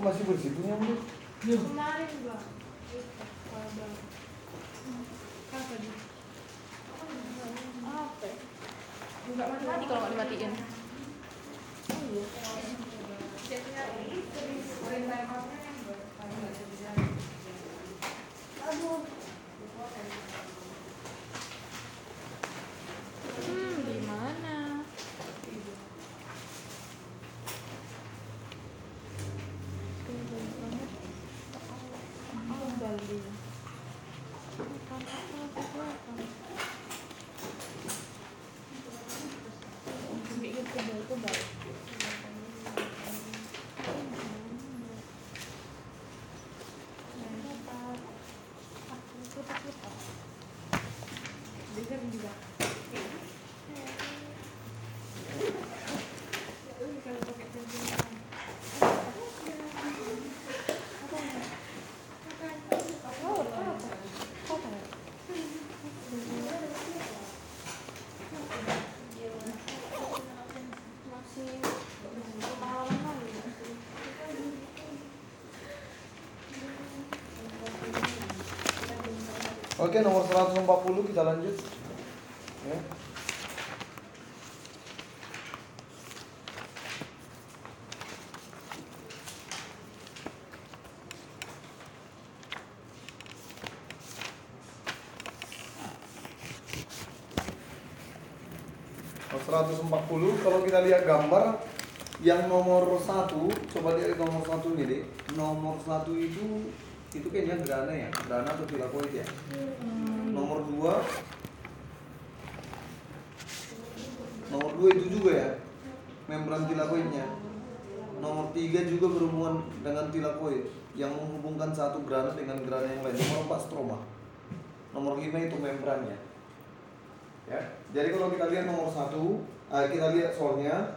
Kok masih bersih punya Bu? Kemarin Bang. Apa dia? Apa? Enggak mati kalau nggak dimatiin. Di mana? Bali. Oke, nomor 140 kita lanjut. Ya. Nomor 140, kalau kita lihat gambar yang nomor 1, coba lihat nomor 1 ini deh. Nomor 1 itu kayaknya grana ya, grana atau tilakoid ya. Nomor 2 itu juga ya, membran tilakoidnya. Nomor 3 juga berhubungan dengan tilakoid yang menghubungkan satu grana dengan grana yang lain. Nomor 4 stroma. Nomor 5 itu membrannya. Ya. Jadi kalau kita lihat nomor 1, kita lihat soalnya.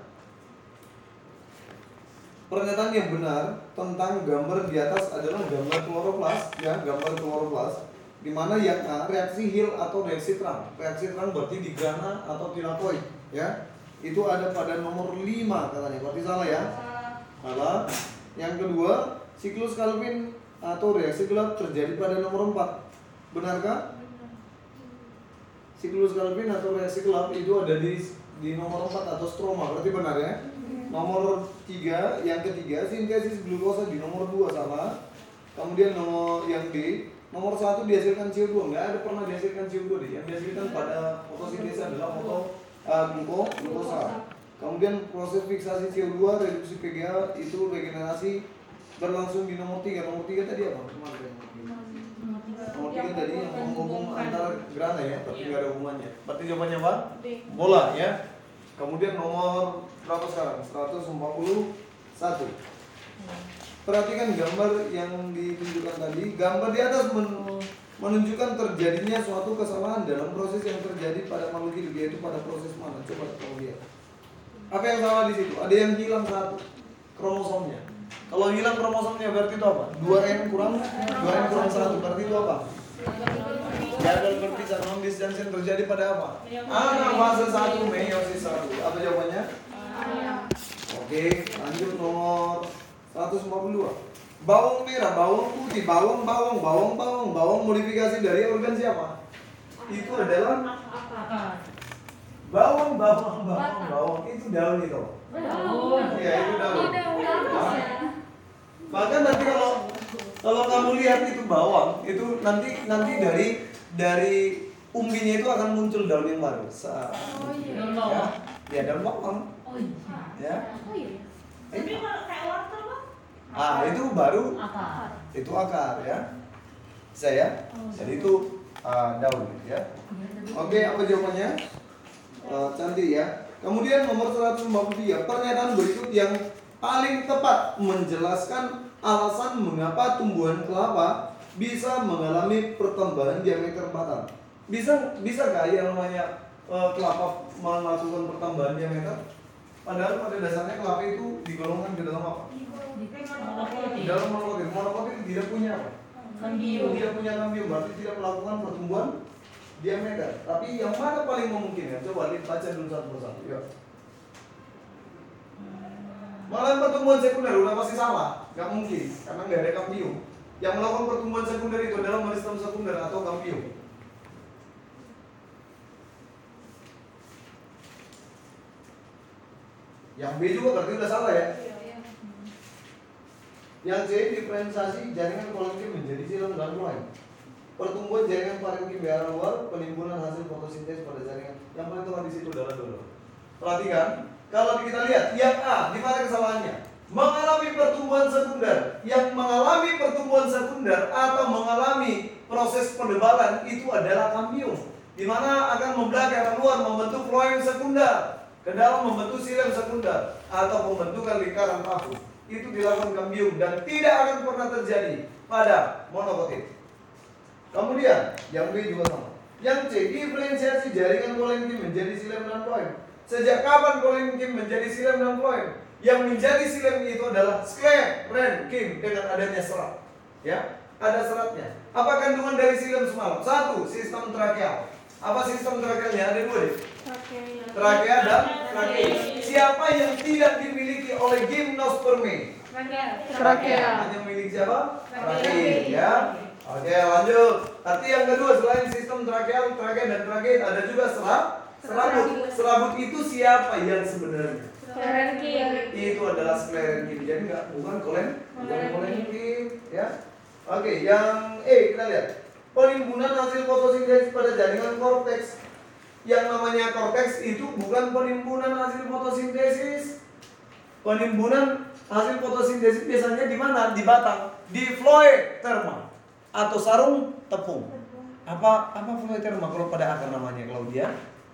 Pernyataan yang benar tentang gambar di atas adalah gambar kloroplas, ya, gambar kloroplas, di mana yang A reaksi Hill atau reaksi terang. Reaksi terang berarti di grana atau tilakoid, ya. Itu ada pada nomor 5 katanya. Berarti salah ya? Salah. Yang kedua, siklus Calvin atau reaksi gelap terjadi pada nomor 4. Benarkah? Siklus Calvin atau reaksi gelap itu ada di nomor 4 atau stroma. Berarti benar ya? Nomor 3, yang ketiga, sintesis glukosa di nomor 2 salah. Kemudian nomor yang D, nomor 1 dihasilkan CO2. Enggak ada pernah dihasilkan CO2 deh. Yang dihasilkan pada fotosintesis adalah glukosa. Kemudian proses fiksasi CO2, reduksi PGA itu regenerasi berlangsung di nomor 3. Nomor 3 tadi apa? Nomor 3 tadi yang menghubung antara grana ya, tapi nggak ada hubungannya. Berarti jawabannya apa? Bola ya. Kemudian nomor berapa sekarang? 141. Perhatikan gambar yang ditunjukkan tadi. Gambar di atas menunjukkan terjadinya suatu kesalahan dalam proses yang terjadi pada makhluk hidup, yaitu pada proses mana? Coba kamu lihat. Apa yang salah di situ? Ada yang hilang satu kromosomnya. Kalau hilang kromosomnya berarti itu apa? 2N kurang 1 berarti itu apa? Gagal berpisah, non disjunction terjadi pada apa? Fase 1 meiosis 1. Apa jawabannya? Oke, lanjut nomor 142. Bawang merah, bawang putih, bawang modifikasi dari organ siapa? Itu adalah bawang itu daun itu. Ya, itu daun. Bahkan nanti kalau kamu lihat itu bawang, itu nanti dari umbinya itu akan muncul daun yang baru. Ya, daun bawang. Ya. Tapi kalau kayak wortel Bang? Itu baru itu akar ya. Bisa ya? Jadi itu daun ya. Oke, apa jawabannya? Cantik ya. Kemudian nomor 153, pernyataan berikut yang paling tepat menjelaskan alasan mengapa tumbuhan kelapa bisa mengalami pertambahan diameter batang. Bisakah yang namanya kelapa melakukan pertambahan diameter? Padahal pada dasarnya kelapa itu digolongkan ke dalam apa? Di dalam monokotil. Monokotil tidak punya apa? Tidak punya kambium, berarti tidak melakukan pertumbuhan diameter. Tapi yang mana paling memungkinkan? Coba lihat, baca dulu satu persatu. Yuk. Malah pertumbuhan sekunder udah pasti salah. nggak mungkin karena nggak ada kambium. Yang melakukan pertumbuhan sekunder itu adalah meristem sekunder atau kambium. Yang B juga berarti udah salah ya. Yang C, diferensiasi jaringan kolenkim menjadi silem dan kloem. Pertumbuhan jaringan parenkim di arah luar, penimbunan hasil fotosintesis pada jaringan. Yang paling tepat di situ adalah dulu. Perhatikan, kalau kita lihat yang A, di mana kesalahannya? Mengalami pertumbuhan sekunder. Yang mengalami pertumbuhan sekunder atau mengalami proses pendebalan itu adalah kambium, di mana akan membelah ke arah luar membentuk kloem sekunder, ke dalam membentuk silem sekunder atau pembentukan lingkaran tahu. Itu dilakukan kambium dan tidak akan pernah terjadi pada monokotit. Kemudian yang B juga sama. Yang C, diferensiasi jaringan kolenkim menjadi silem dan kloem. Sejak kapan kolenkim menjadi silem dan kloem? Yang menjadi silem itu adalah sklerenkim dengan adanya serat. Ya, ada seratnya. Apa kandungan dari silem semalam? 1, sistem trakeal. Apa sistem trakealnya? Ada 2 deh. Trakea dan trakea. Siapa yang tidak dimiliki oleh gimnosperme? Trakea. Hanya milik siapa? Trakea, ya. Oke, lanjut. Arti yang kedua, selain sistem trakeal, trakea dan trakea, ada juga serabut. Serabut itu siapa yang sebenarnya? Sklerenkim. Itu adalah sklerenkim. Jadi bukan kolenkim, ya. Oke, yang E kita lihat. Penimbunan hasil fotosintesis pada jaringan korteks. Yang namanya korteks itu bukan penimbunan hasil fotosintesis. Penimbunan hasil fotosintesis biasanya di mana? Di batang, di phloeterma atau sarung tepung. Apa phloeterma kalau pada akar namanya Claudia?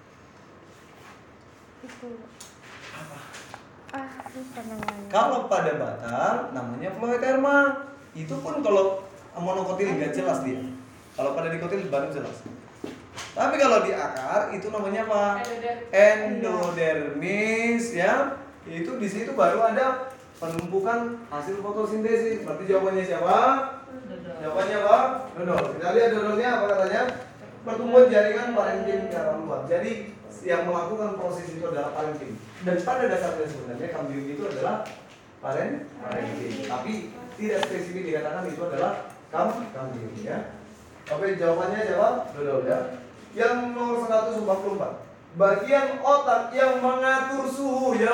Itu. Apa? Lupa namanya. Kalau pada batang namanya phloeterma. Itu pun kalau monokotil nggak jelas dia. Kalau pada dikotil baru jelas. Tapi kalau di akar itu namanya apa? Endodermis, ya. Itu di situ baru ada penumpukan hasil fotosintesis. Berarti jawabannya siapa? Jawabannya apa? Dodol. Kita lihat dodolnya apa katanya? Pertumbuhan jaringan parenkim ke arah luar. Jadi yang melakukan proses itu adalah parenkim. Dan pada dasarnya sebenarnya kambium itu adalah parenkim. Tapi tidak spesifik dikatakan itu adalah kambium, ya. Oke, jawabannya siapa? Dodol, ya. Yang nomor 144. Bagian otak yang mengatur suhu, ya.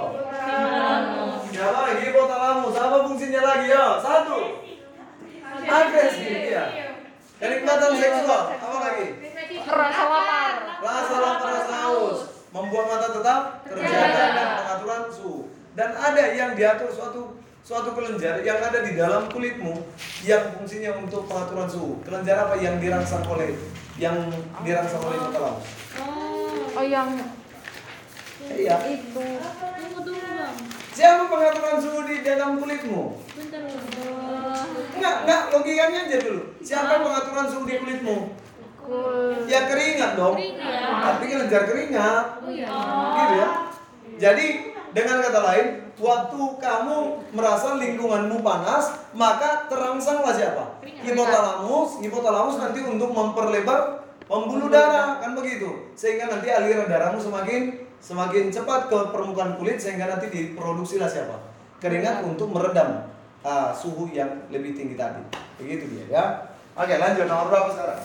Siapa lagi? Hipotalamus. Apa fungsinya lagi, ya? 1. Agresif, ya. Kenikmatan seksual. Apa lagi? Rasa lapar. Rasa lapar, rasa haus. Membuat mata tetap terjaga dan pengaturan suhu. Dan ada yang diatur suatu kelenjar yang ada di dalam kulitmu yang fungsinya untuk pengaturan suhu. Kelenjar apa yang dirangsang oleh hipotalamus? Oh, yang Iya. itu. Siapa pengaturan suhu di dalam kulitmu? Enggak, logikanya aja dulu. Siapa pengaturan suhu di kulitmu? Ya keringat dong. Artinya kelenjar keringat. Gitu ya. Jadi dengan kata lain, waktu kamu merasa lingkunganmu panas, maka terangsanglah siapa? Hipotalamus nanti untuk memperlebar pembuluh darah, kan begitu. Sehingga nanti aliran darahmu semakin cepat ke permukaan kulit, sehingga nanti diproduksilah siapa? Keringat untuk meredam suhu yang lebih tinggi tadi. Begitu dia, ya. Oke, lanjut. Nomor berapa sekarang?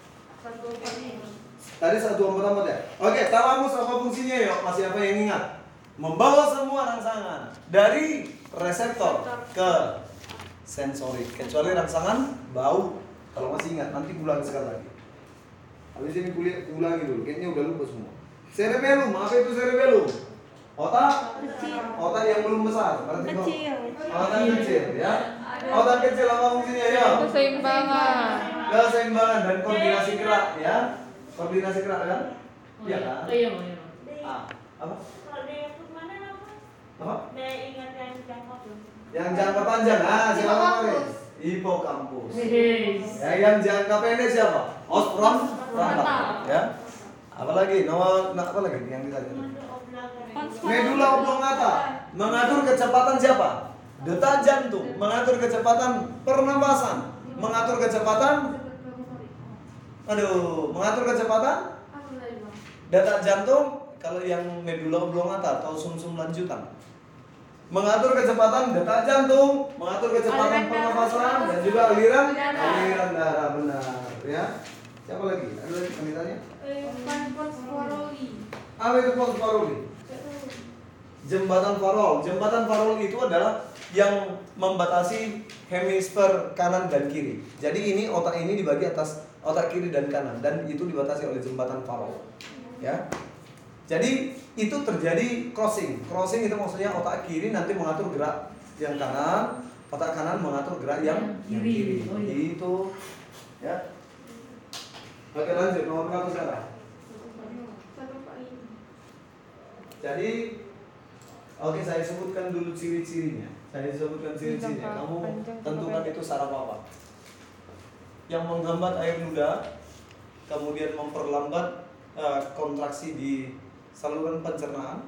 Tadi 144 ya. Oke, talamus apa fungsinya yuk? Masih apa yang ingat? Membawa semua rangsangan dari reseptor ke sensorik, kecuali rangsangan bau. Kalau masih ingat, nanti ulangi sekali lagi. Habis ini ulangi dulu, kayaknya udah lupa semua. Cerebellum, apa itu cerebellum? Otak yang belum besar, berarti otak kecil, ya. Otak kecil apa fungsinya ya? Keseimbangan dan koordinasi gerak, ya. Koordinasi gerak kan? Iya kan? Apa? Apa? Yang jangka panjang, siapa kemarin? Hipokampus. Ya, yang jangka pendek siapa? Os frontal. Ya. Apa lagi? Apa lagi yang ditanya? Medula oblongata. Mengatur kecepatan siapa? Detak jantung. Mengatur kecepatan pernapasan. Mengatur kecepatan. Mengatur kecepatan detak jantung. Kalau yang medula oblongata atau sumsum lanjutan. mengatur kecepatan detak jantung, mengatur kecepatan Aliran pernapasan dan juga aliran darah. Benar ya. Siapa lagi? Ada lagi wanitanya? Apa itu fosforoli? Jembatan Farol. Jembatan Farol itu adalah yang membatasi hemisfer kanan dan kiri. Jadi ini otak ini dibagi atas otak kiri dan kanan dan itu dibatasi oleh jembatan Farol. Ya. Jadi itu terjadi crossing. Crossing itu maksudnya otak kiri nanti mengatur gerak yang kanan, otak kanan mengatur gerak yang kiri. Oh, iya. Gitu. Ya. Oke, lanjut nomor berapa sekarang? Jadi oke, saya sebutkan dulu ciri-cirinya. Kamu tentukan itu saraf apa? Yang menghambat air ludah, kemudian memperlambat kontraksi di saluran pencernaan.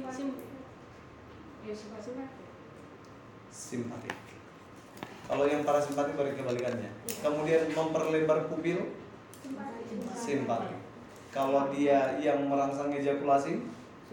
Simpatik. Kalau yang parasimpatik balik kebalikannya. Kemudian memperlebar pupil. Simpatik. Kalau dia yang merangsang ejakulasi.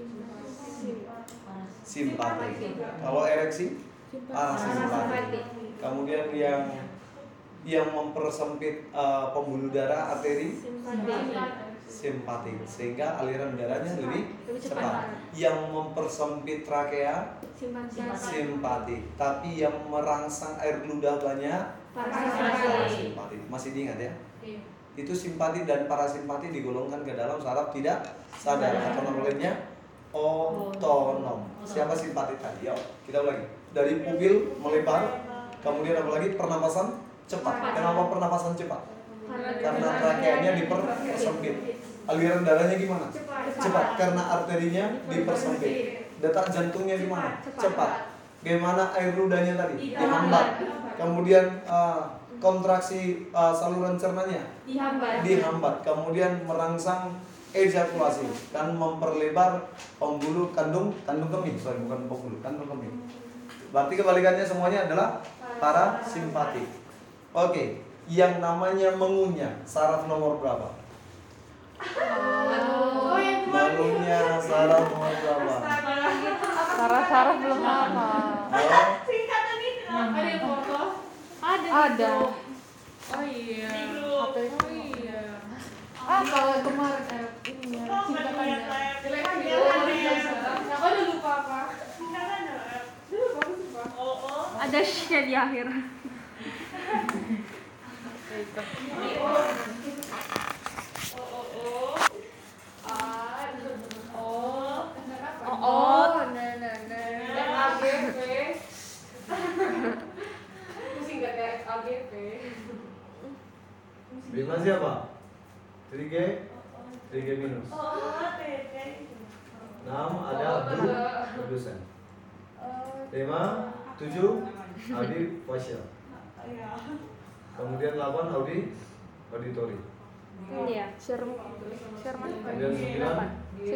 Simpatik. Kalau ereksi. Parasimpatik. Kemudian yang mempersempit pembuluh darah arteri. Simpatik, sehingga aliran darahnya lebih cepat. Yang mempersempit trakea. Simpatik. Tapi yang merangsang air ludah banyak. Parasimpatik. Masih diingat ya? Itu simpatik dan parasimpatik digolongkan ke dalam saraf tidak sadar atau namanya otonom. Siapa simpatik tadi? Yuk, kita ulangi. Dari pupil melebar, kemudian apa lagi? Pernapasan cepat. Kenapa pernapasan cepat? Karena trakeanya dipersempit. Aliran darahnya gimana? Cepat. Karena arterinya dipersempit. Detak jantungnya gimana? Cepat. Bagaimana air ludahnya tadi? Dihambat. Kemudian kontraksi saluran cernanya dihambat. Kemudian merangsang ejakulasi dan memperlebar pembuluh kandung kemih. Bukan pembuluh, kandung kemih. Berarti kebalikannya semuanya adalah parasimpatik. Oke, yang namanya mengunyah, saraf nomor berapa? Mengunyah saraf nomor berapa? Saraf belum apa. Singkatan itu Ada yang foto? Ada. Oh iya. di grup. Oh iya. Kalau kemarin ini ya, Oh, nggak singkatannya. lihat. Jelek kan Jangan dia. ya. Aku udah lupa apa. Singkatan ya. Dulu aku lupa. Oh. Ada sh-nya di akhir. Bima siapa? 3G? 3G minus. Oh, Tete. 6 ada produsen. 5, 7 audi facial. Iya. Kemudian 8 auditori. Iya, share mas. Kemudian 9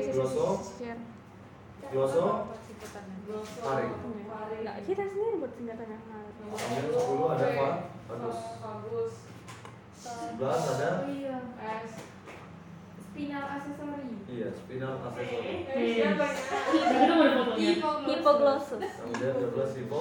gloso tarik. Enggak, kita sendiri buat singkatannya. Kemudian 10 ada vagus. 11 ada Spinal aksesori. iya spinal aksesori. Hipoglossus. Kemudian 12 hipo.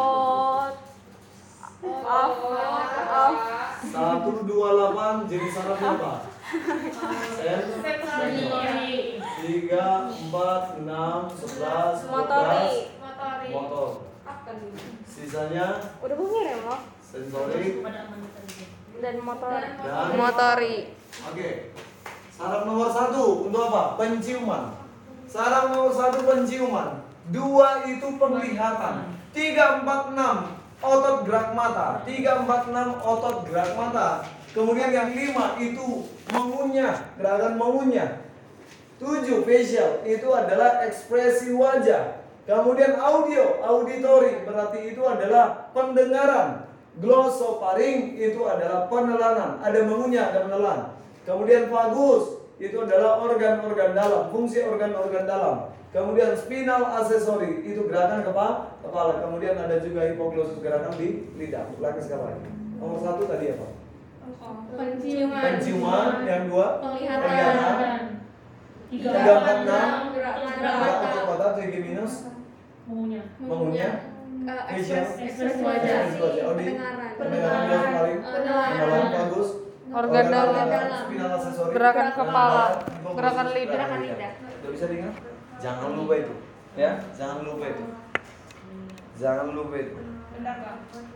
128 jenis saraf apa? Sensori. 3, 4, 6, 11, 12 motor. Sisanya Udah bunyi ya, Mo? sensorik Dan motor. dan Motori. Oke. Saraf nomor 1 untuk apa? Penciuman. Saraf nomor 1 penciuman. 2 itu penglihatan. 3, 4, 6 otot gerak mata. 3, 4, 6 otot gerak mata. Kemudian yang 5 itu mengunyah, gerakan mengunyah. 7 facial itu adalah ekspresi wajah. Kemudian auditori berarti itu adalah pendengaran. Glossoparing itu adalah penelanan, ada mengunyah, ada menelan. Kemudian vagus itu adalah organ-organ dalam, fungsi organ-organ dalam. Kemudian spinal aksesori itu gerakan kepala. Kemudian ada juga hipoglossus gerakan di lidah. Ulangi sekali lagi. Nomor 1 tadi apa? Penciuman. Yang 2 penglihatan. 3, 4, 6 gerak otot otot 3 minus Bangunnya. Ekspres wajah. Oh, di pendengaran yang paling bagus. Organ dalam. Spinal aksesori. Gerakan kepala. Fokus. Gerakan lidah. Gerakan lidah. Udah bisa diingat? Jangan lupa itu. Ya, jangan lupa itu. Jangan lupa itu. Bentar, Bang.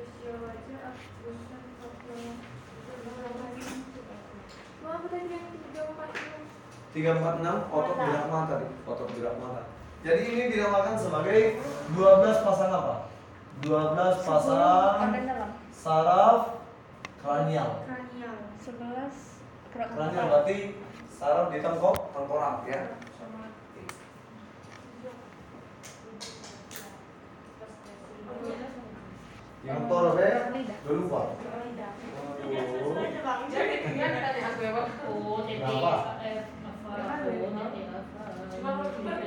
Mau apa tadi yang 346 otot gerak mata tadi. Otot gerak mata. Jadi ini dinamakan sebagai 12 pasang apa? 12 pasang Organ dalam. saraf kranial. Kranial. 11 gerakan Kranial kepala. berarti saraf di tengkorak ya. Yang tor apa ya? Udah lupa. Aduh. Jadi dia tadi aku ya, Bang. Kenapa? Cuma aku kan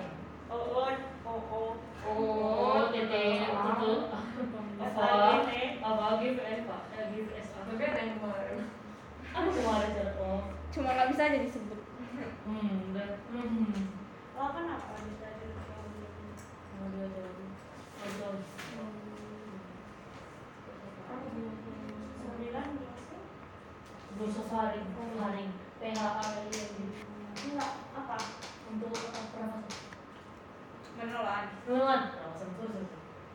tapi ada yang kemarin. Cuma nggak bisa aja disebut. Oh, kenapa bisa jadi sembilan Faring, PHA enggak apa? untuk pernafasan. Menelan. Menelan, pernafasan terus.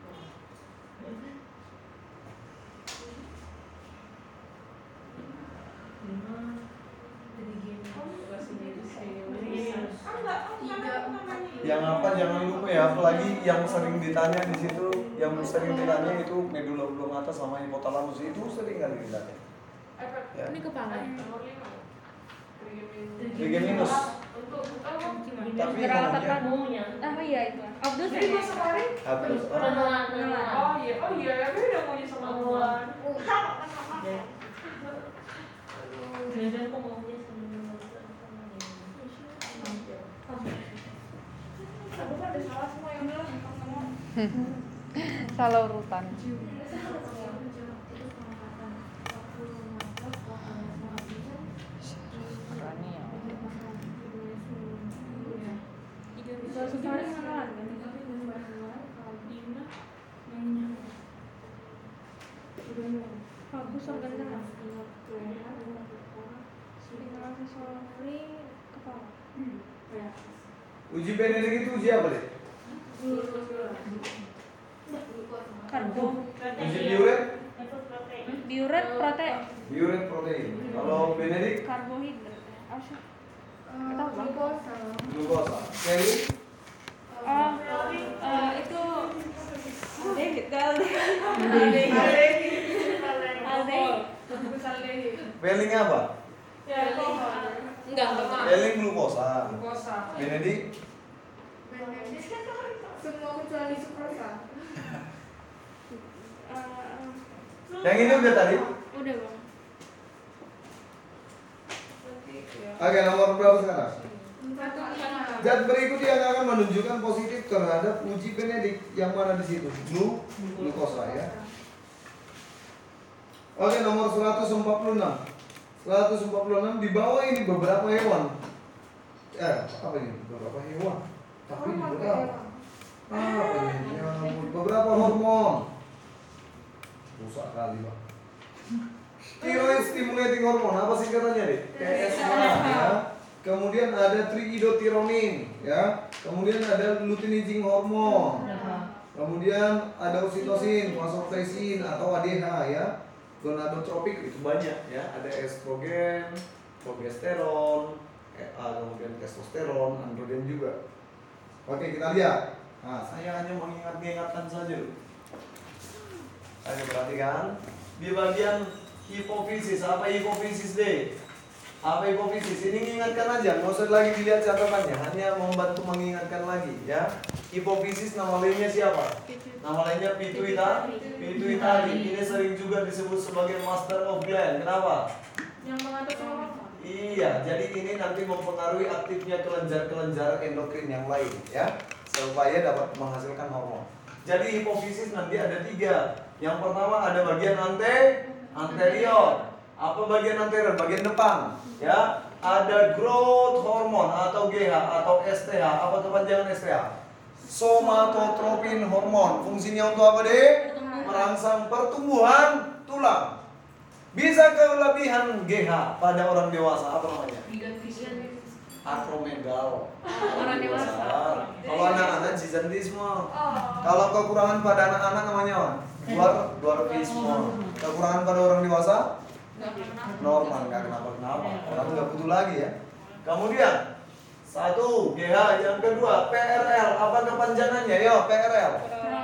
Yang apa jangan lupa ya, apalagi yang sering ditanya di situ, yang sering ditanya itu medula oblongata sama hipotalamus itu sering kali ditanya. Ya. Ini kepala. Nomor 5. Trigeminus. Untuk apa? Tapi Gerakan ngomongnya apa iya itu? Abdul Jadi gua kemarin. habis. Penelan. Oh iya, ya beda maunya sama Tuhan. Jangan kok maunya Aku kan ada salah semua yang bilang sama. Salah urutan. Bagus organ dalam. Spinal aksesori kepala. Uji Benedict itu uji apa deh? Karbo. Uji biuret? Biuret protein. Biuret protein. Kalau Benedict Karbohidrat. Apa sih? Atau apa? glukosa. Kelly Itu aldehid. Pelling apa? Enggak. Pelling glukosa. Benedict Semua kecuali sukrosa. yang ini udah tadi. Udah, Bang. Oke, nomor berapa sekarang? 1. Zat berikut yang akan menunjukkan positif terhadap uji Benedict yang mana di situ? Glukosa ya. Oke, nomor 146. 146 di bawah ini beberapa hewan. Apa ini? Beberapa hewan. Tapi beberapa. Apa ini? Ya ampun, beberapa hormon. Rusak kali, Pak. Thyroid stimulating hormone, apa singkatannya deh? TSH ya. Kemudian ada triiodothyronin ya. Kemudian ada luteinizing hormone. Kemudian ada oksitosin, vasopressin atau ADH ya. Gonadotropik itu banyak ya. Ada estrogen, progesteron, kemudian testosteron, androgen juga. Oke, kita lihat. Nah, saya hanya mengingatkan saja loh. Ayo perhatikan di bagian hipofisis. Apa hipofisis deh? Apa hipofisis? Ini mengingatkan aja, nggak usah lagi dilihat catatannya, hanya membantu mengingatkan lagi ya. Hipofisis nama lainnya siapa? Nama lainnya pituitari. Ini sering juga disebut sebagai master of gland. Kenapa? Yang mengatur hormon. Iya, jadi ini nanti mempengaruhi aktifnya kelenjar-kelenjar endokrin yang lain ya, supaya dapat menghasilkan hormon. Jadi hipofisis nanti ada 3. Yang pertama ada bagian anterior. Apa bagian anterior? Bagian depan ya. Ada growth hormone atau GH atau STH. Apa kepanjangan STH? somatotropin hormon. Fungsinya untuk apa deh? Merangsang pertumbuhan tulang. Bisa kelebihan GH pada orang dewasa, apa namanya? Akromegal. Orang dewasa. Kalau anak-anak gigantisme. Kalau kekurangan pada anak-anak namanya apa? Dwarfisme. Kekurangan pada orang dewasa? Normal, nggak kenapa-kenapa. Orang nggak butuh lagi ya. Kemudian 1 GH, yang kedua PRL. Apa kepanjangannya? Yo, PRL.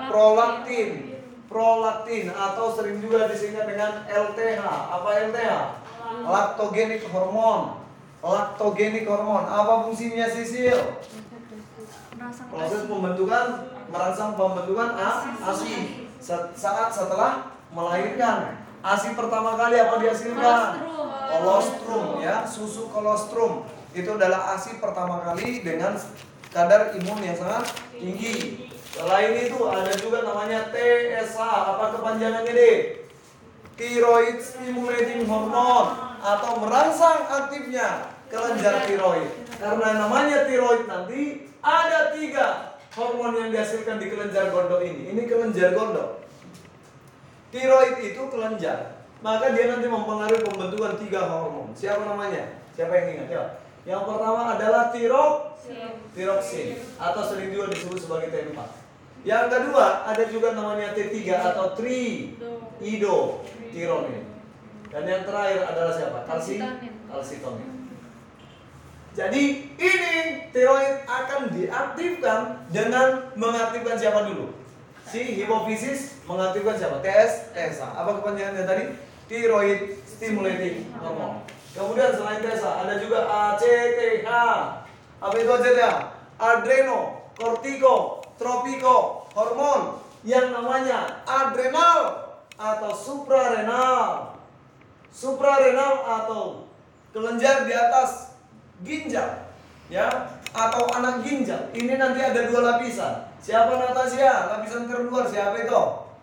Prolaktin atau sering juga disingkat dengan LTH. Apa LTH? Lactogenic hormone. Apa fungsinya Sisil? Proses pembentukan, merangsang pembentukan ASI saat setelah melahirkan. ASI pertama kali apa dihasilkan? Kolostrum ya, susu kolostrum. Itu adalah ASI pertama kali dengan kadar imun yang sangat tinggi. Selain itu ada juga namanya TSH. Apa kepanjangannya deh? Thyroid stimulating hormone atau merangsang aktifnya kelenjar tiroid. Karena namanya tiroid nanti ada 3 hormon yang dihasilkan di kelenjar gondok ini. Ini kelenjar gondok. Tiroid itu kelenjar. Maka dia nanti mempengaruhi pembentukan 3 hormon. Siapa namanya? Siapa yang ingat ya? Yang pertama adalah tiroksin atau sering juga disebut sebagai T4. Yang kedua ada juga namanya T3 atau triiodothyronine. Dan yang terakhir adalah siapa? Kalsitonin. Jadi ini tiroid akan diaktifkan dengan mengaktifkan siapa dulu? Si hipofisis mengaktifkan siapa? TSH. Apa kepanjangannya tadi? Thyroid stimulating hormone. Kemudian selain TSH ada juga ACTH. Apa itu ACTH? Adreno kortiko hormon yang namanya adrenal atau suprarenal. Suprarenal atau kelenjar di atas ginjal ya, atau anak ginjal. Ini nanti ada 2 lapisan. Siapa Natasha? Lapisan terluar siapa itu?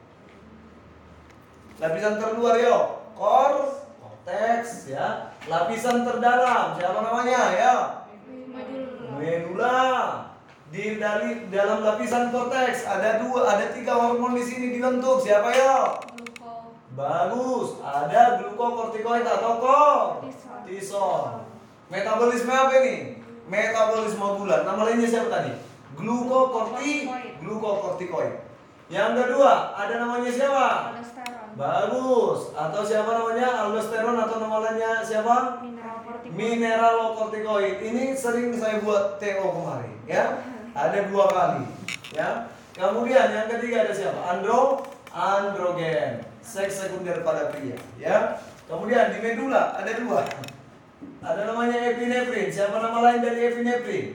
Lapisan terluar yo, korteks ya. Lapisan terdalam siapa namanya ya? Medula. Di dalam lapisan korteks ada 3 hormon di sini dibentuk. Siapa yo? Bagus. Ada glukokortikoid atau kortisol. Metabolisme apa ini? Metabolisme gula. Nama lainnya siapa tadi? Glukokortikoid. Yang kedua ada namanya siapa? Bagus. Atau siapa namanya? Aldosteron atau nama lainnya siapa? Mineralokortikoid. Ini sering saya buat TO kemarin ya. Ada 2 kali ya. Kemudian yang ketiga ada siapa? Androgen. Seks sekunder pada pria ya. Kemudian di medula ada 2. Ada namanya epinefrin. Siapa nama lain dari epinefrin?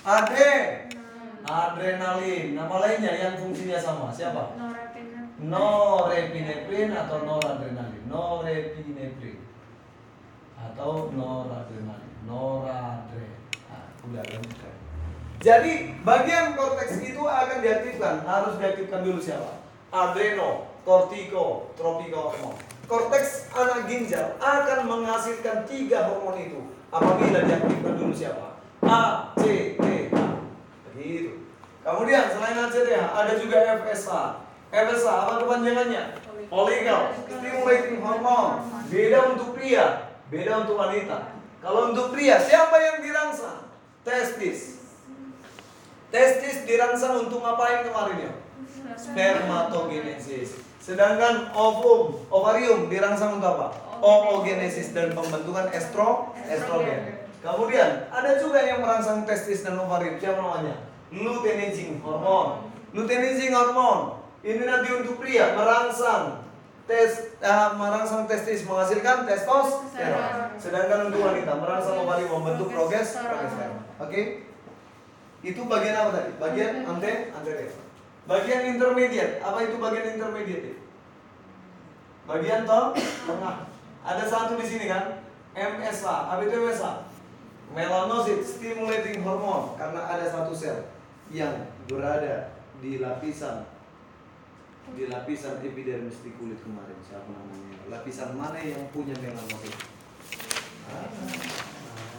Adrenalin. Nama lainnya yang fungsinya sama. Siapa? Norepinefrin atau noradrenalin. Norepinefrin atau noradrenalin. Noradre. Udah kan? Jadi bagian korteks itu akan diaktifkan. Harus diaktifkan dulu siapa? Adreno, kortiko, tropiko hormon. Korteks anak ginjal akan menghasilkan 3 hormon itu apabila diaktifkan dulu siapa? ACTH. Begitu. Kemudian selain ACTH ada juga FSH. FSH apa kepanjangannya? Follicle stimulating hormone. Beda untuk pria, beda untuk wanita. Kalau untuk pria siapa yang dirangsang? Testis. Testis dirangsang untuk ngapain kemarin ya? Spermatogenesis. Sedangkan ovarium dirangsang untuk apa? Oogenesis dan pembentukan estrogen. Kemudian ada juga yang merangsang testis dan ovarium. Siapa namanya? Luteinizing hormon. Luteinizing hormon ini nanti untuk pria merangsang testis menghasilkan testosteron. Sedangkan untuk wanita merangsang ovarium membentuk progesteron. Oke? Itu bagian apa tadi? Bagian anterior. Bagian intermediate, apa itu bagian intermediate? Bagian tengah. Ada 1 di sini kan? MSH. Apa itu MSH? Melanocyte stimulating hormone. Karena ada 1 sel yang berada di lapisan epidermis di kulit kemarin. Siapa namanya? Lapisan mana yang punya melanocyte?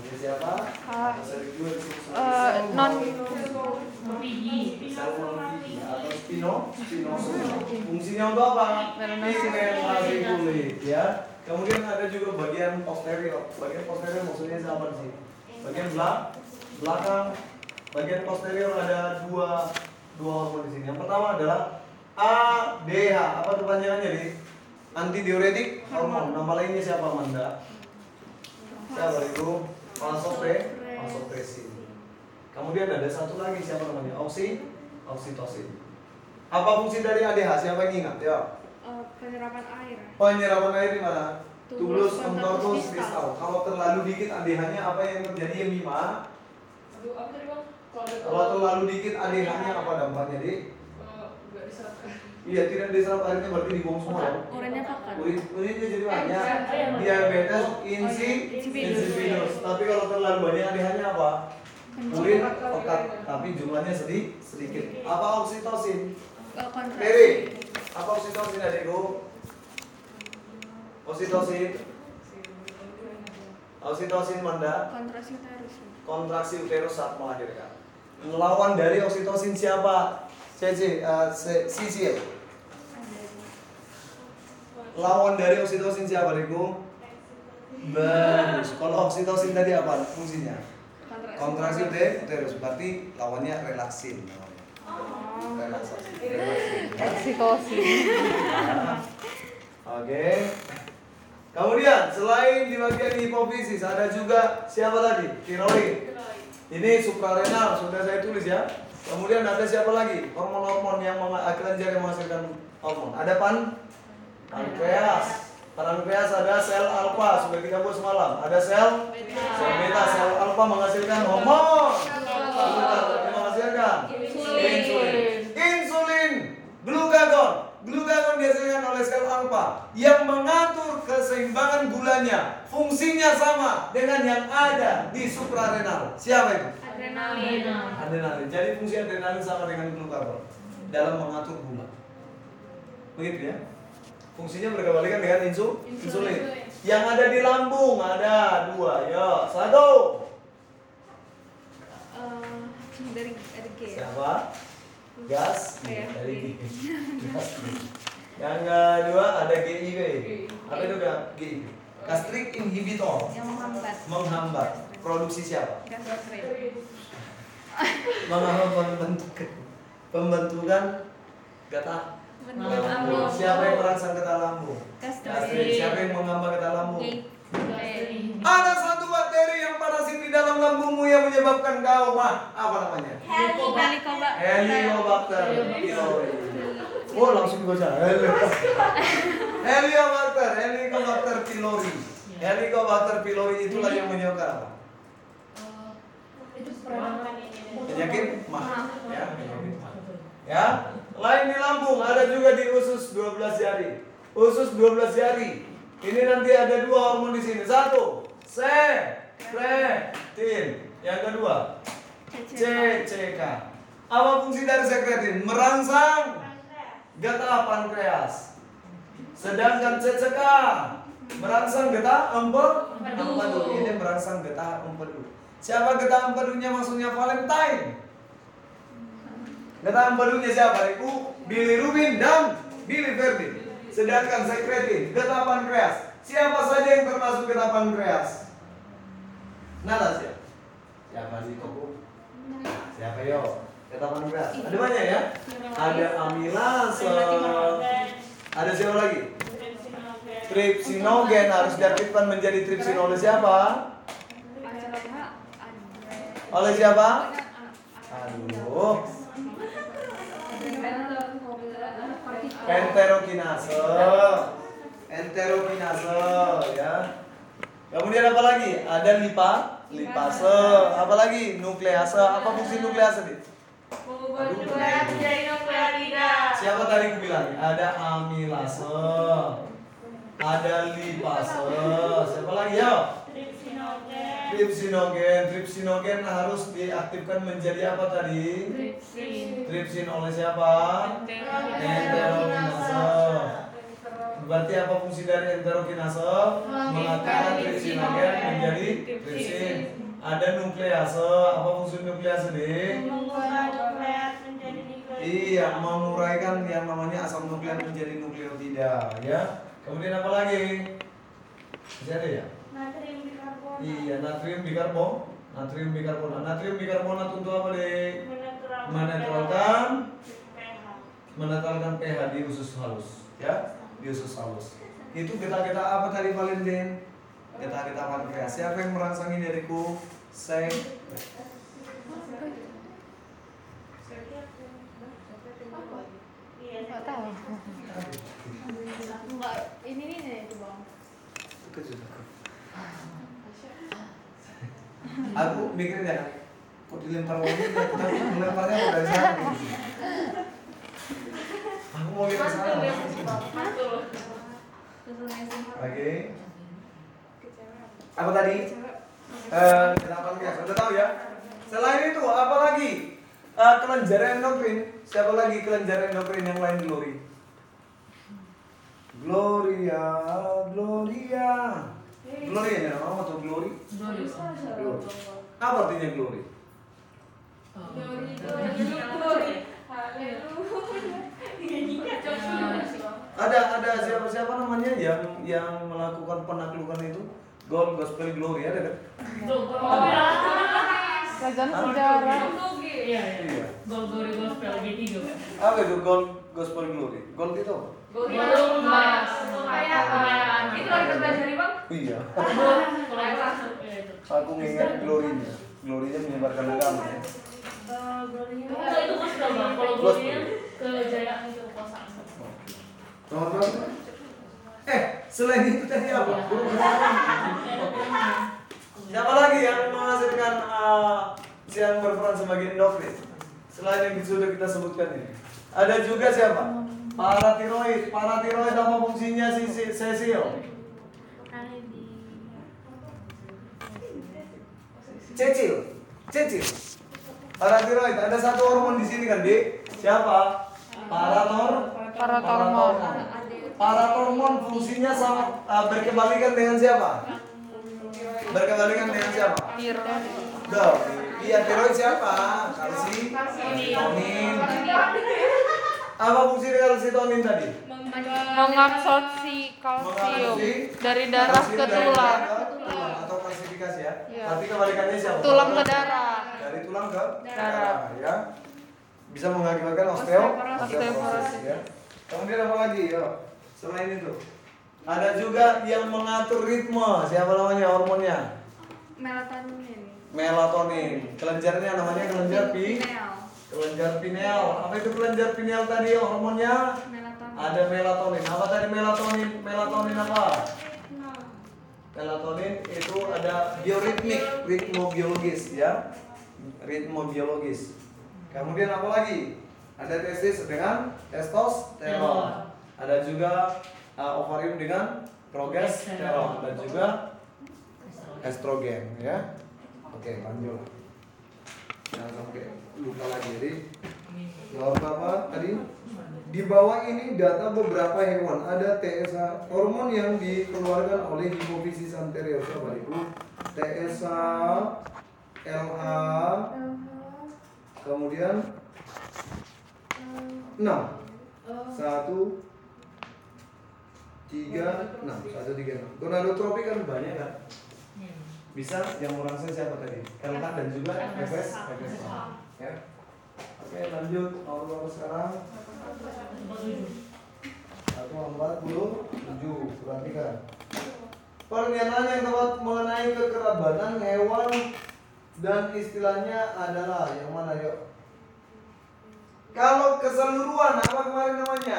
Ini siapa? Sel juga non Pigi. sel non-pigi atau spinoso. Fungsinya untuk apa? Pigmentasi kulit ya. Kemudian ada juga bagian posterior. Bagian posterior maksudnya apa sih? Bagian belakang. Bagian posterior ada dua hormon di sini. Yang pertama adalah ADH. Apa tuh panjangannya, Di? Antidiuretik hormon. Nama lainnya siapa, Manda? Siapa itu? Vasopressin. Kemudian ada satu lagi, siapa namanya? Oksitosin. Apa fungsi dari ADH? Siapa yang ingat? Ya. penyerapan air. Penyerapan air di mana? Tubulus Tubulus contortus contortus distal. distal. Kalau terlalu dikit ADH-nya apa yang terjadi ya, Mima? Aduh, apa tadi bang? Kalau terlalu dikit ADH-nya apa dampaknya, Di? Nggak diserap. Iya, tidak diserap airnya berarti dibuang semua ya. Urinnya pekat. Urinnya jadi banyak. Iya. Diabetes insipidus. insipidus. Tapi kalau terlalu banyak ADH-nya apa? Urin pekat, tapi jumlahnya sedikit. Apa oksitosin? Kontrasi. Mary, apa oksitosin adikku? Oksitosin Manda, Kontrasi uterus. kontraksi uterus saat melahirkan. Lawan dari oksitosin siapa? Sisil. Lawan dari oksitosin siapa, adikku? Bagus. Kalau oksitosin tadi apa fungsinya? Kontraksi uterus, berarti lawannya relaksin namanya. Relaksasi. Oksitosin. Oke. Kemudian selain di bagian hipofisis ada juga siapa tadi? Tiroid. Ini suprarenal sudah saya tulis ya. Kemudian ada siapa lagi? Hormon-hormon yang kelenjar yang menghasilkan hormon. Ada pankreas. Pankreas ada sel alfa sudah kita buat semalam. Ada sel beta. Sel alfa menghasilkan hormon. Yang menghasilkan insulin, glukagon. Glukagon dihasilkan oleh sel alfa yang mengatur keseimbangan gulanya. Fungsinya sama dengan yang ada di suprarenal. Siapa itu? Adrenalin. Adrenalin. Jadi fungsi adrenalin sama dengan glukagon dalam mengatur gula. Begitu ya. Fungsinya berkebalikan dengan insulin. Yang ada di lambung ada dua. Ya, satu. Dari G. Siapa? Gas Iya, dari G. Gas. Yang kedua ada GIB. Apa itu GIB? Gastric inhibitor. Yang Menghambat. Produksi siapa? Gastrin. Menghambat pembentukan getah lambung. Siapa yang merangsang getah lambung? Gastrin. Siapa yang menghambat getah lambung? Ada satu bakteri yang parasit di dalam lambungmu yang menyebabkan kau apa namanya? Helicobacter pylori. Oh, langsung baca. Helicobacter pylori. Helicobacter pylori itulah yang menyebabkan apa? Itu peradangan Penyakit mah. Ya, penyakit mah. Ya, lain di lambung ada juga di usus 12 jari. Usus 12 jari. Ini nanti ada dua hormon di sini. Satu, sekretin. Yang kedua, CCK. Apa fungsi dari sekretin? Merangsang getah pankreas. Sedangkan CCK merangsang getah empedu. Ini merangsang getah empedu. Siapa getah empedunya? Maksudnya Valentine. Getah empedunya siapa? Ibu bilirubin dan biliverdin. Sedangkan sekretin, getah pankreas. Siapa saja yang termasuk getah pankreas? Nada siapa? Siapa sih kok? Siapa yo? Getah pankreas. Ada banyak ya? Ada amilase. Ada siapa lagi? Tripsinogen harus diaktifkan menjadi tripsin oleh siapa? Oleh siapa? Aduh. Enterokinase ya. Kemudian apa lagi? Ada lipase. Apa lagi? Nuklease. Apa fungsi nuklease nih? Mengubah menjadi nukleotida. Siapa tadi aku bilang? Ada amilase. Ada lipase. Siapa lagi ya? Tripsinogen harus diaktifkan menjadi apa tadi? Tripsin oleh siapa? Enterokinase. Berarti apa fungsi dari enterokinase? Mengaktifkan tripsinagen menjadi tripsin. Ada nuklease. Apa fungsi nuklease deh? Mengubah nukleat menjadi nukleotida. Iya, menguraikan yang namanya asam nukleat menjadi nukleotida, ya. Kemudian apa lagi? Masih ada ya? Natrium bikarbonat. Iya, natrium bikarbonat. Natrium bikarbonat untuk apa deh? Menetralkan pH di usus halus, ya, di usus halus. Itu kita apa tadi Valentine? Kita pankreas. Siapa yang merangsang ini dariku? Saya. Iya. Nggak tahu. Enggak, ini nih itu bang. Aku mikirin ya, kok dilempar lagi? Melemparnya kok dari sana? Aku mau lihat ke sana. Oke. Apa tadi? Kita pankreas. Udah tahu ya? Selain itu apa lagi? Kelenjar endokrin. Siapa lagi kelenjar endokrin yang lain Gloria? Gloria ya, nama atau Glory? Apa artinya Glory? Ada siapa namanya yang melakukan penaklukan itu? Gospel Glory ada kan? Pelajaran sejarah. Iya. Gol gospel G3 kan. Apa itu Gospel Glory? Gold itu apa? Emas. Itu lagi kita pelajari bang. Iya. Kalau Aku ingat Glory-nya. Glory-nya menyebarkan agama ya. itu gospel bang. Kalau glory-nya kejayaan kekuasaan. Nomor berapa? Selain itu tadi apa? Siapa lagi yang menghasilkan yang berperan sebagai endokrin? Selain yang sudah kita sebutkan ini. Ada juga siapa? Paratiroid. Paratiroid apa fungsinya si Cecil? Cecil. Paratiroid. Ada satu hormon di sini kan, Dik? Siapa? Paratormon. Paratormon fungsinya sama berkebalikan dengan siapa? Berkebalikan dengan siapa? Iya, tiroid siapa? Kalsitonin. Apa fungsi kalsitonin tadi? Mengabsorpsi kalsium dari darah ke tulang. Atau kalsifikasi ya. Iya. Berarti kebalikannya siapa? Tulang ke darah. Dari tulang ke Darah. ya. Bisa mengakibatkan Osteoporosis. ya. Kemudian apa lagi? Yo. Selain itu, ada juga yang mengatur ritme. Siapa namanya hormonnya? Melatonin. Kelenjarnya namanya kelenjar pineal. Apa itu kelenjar pineal tadi hormonnya? Ada melatonin. Apa tadi melatonin? Melatonin apa? Melatonin itu ada bioritmik, ritme biologis ya. Ritme biologis. Kemudian apa lagi? Ada testis dengan testosteron. Ada juga ovarium dengan progesteron dan juga estrogen ya. Oke, lanjut. Jangan sampai lupa lagi. Jadi jawab apa tadi? Di bawah ini data beberapa hewan. Ada TSH, hormon yang dikeluarkan oleh hipofisis anterior. Coba itu TSH, LH, kemudian 6 1 3 6 gonadotropin kan banyak kan? Bisa yang merangsang siapa tadi? LH dan juga FS ya. Oke, lanjut nomor berapa sekarang? 147. Perhatikan. Pernyataan yang tepat mengenai kekerabatan hewan dan istilahnya adalah yang mana yuk? Kalau keseluruhan apa kemarin namanya?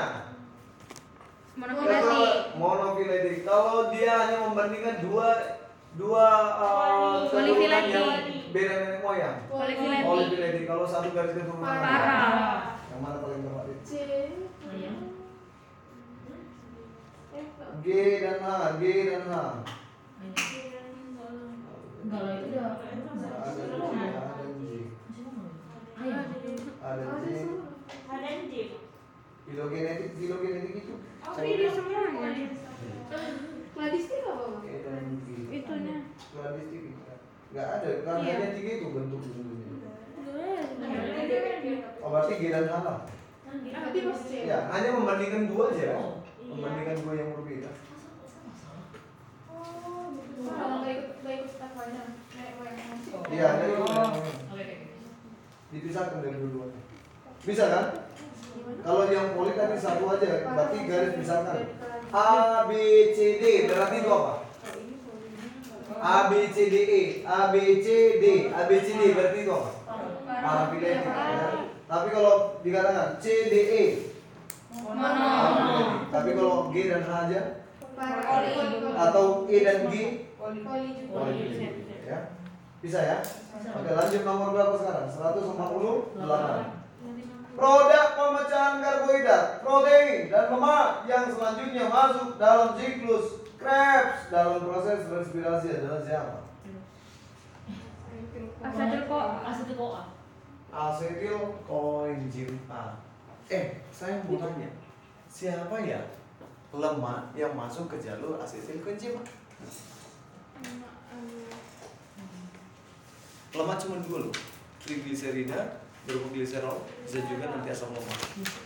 Monofiletik. Kalau dia hanya membandingkan dua keturunan yang beda nenek moyang. Polifiletik. Kalau satu garis keturunan. Yang mana paling tepat? G dan H. Kalau itu udah Ada J. Ada enzim. Ada J. Ada enzim. Filogenetik itu. Oh, ini semuanya. Kladistik apa, Bang? Itunya. Kladistik itu. Enggak ada, kan hanya 3 itu bentuk-bentuknya. Oh, berarti G dan H lah. Berarti pasti. Ya, hanya membandingkan 2 aja. Membandingkan 2 yang berbeda. Kalau nggak ikut apa-nya. Iya, ada itu. Oke. Dipisahkan dari dua-duanya. Bisa kan? Kalau yang poli tadi satu aja, berarti garis pisahkan. A, B, C, D, berarti itu apa? A, B, C, D, E, A, B, C, D, A, B, C, D, berarti itu apa? Parafiletik. Ya. Tapi kalau dikatakan C, D, E, parafiletik. Tapi kalau G dan H aja, atau E dan G, polifiletik. Ya. Bisa ya? Oke, lanjut nomor berapa sekarang? 148. Produk pemecahan karbohidrat, protein, dan lemak yang selanjutnya masuk dalam siklus Krebs dalam proses respirasi adalah siapa? Asetil koenzim A. Saya mau tanya, siapa ya lemak yang masuk ke jalur asetil koenzim A? Lemak cuma 2 loh, trigliserida, bergliserol, bisa juga nanti asam lemak.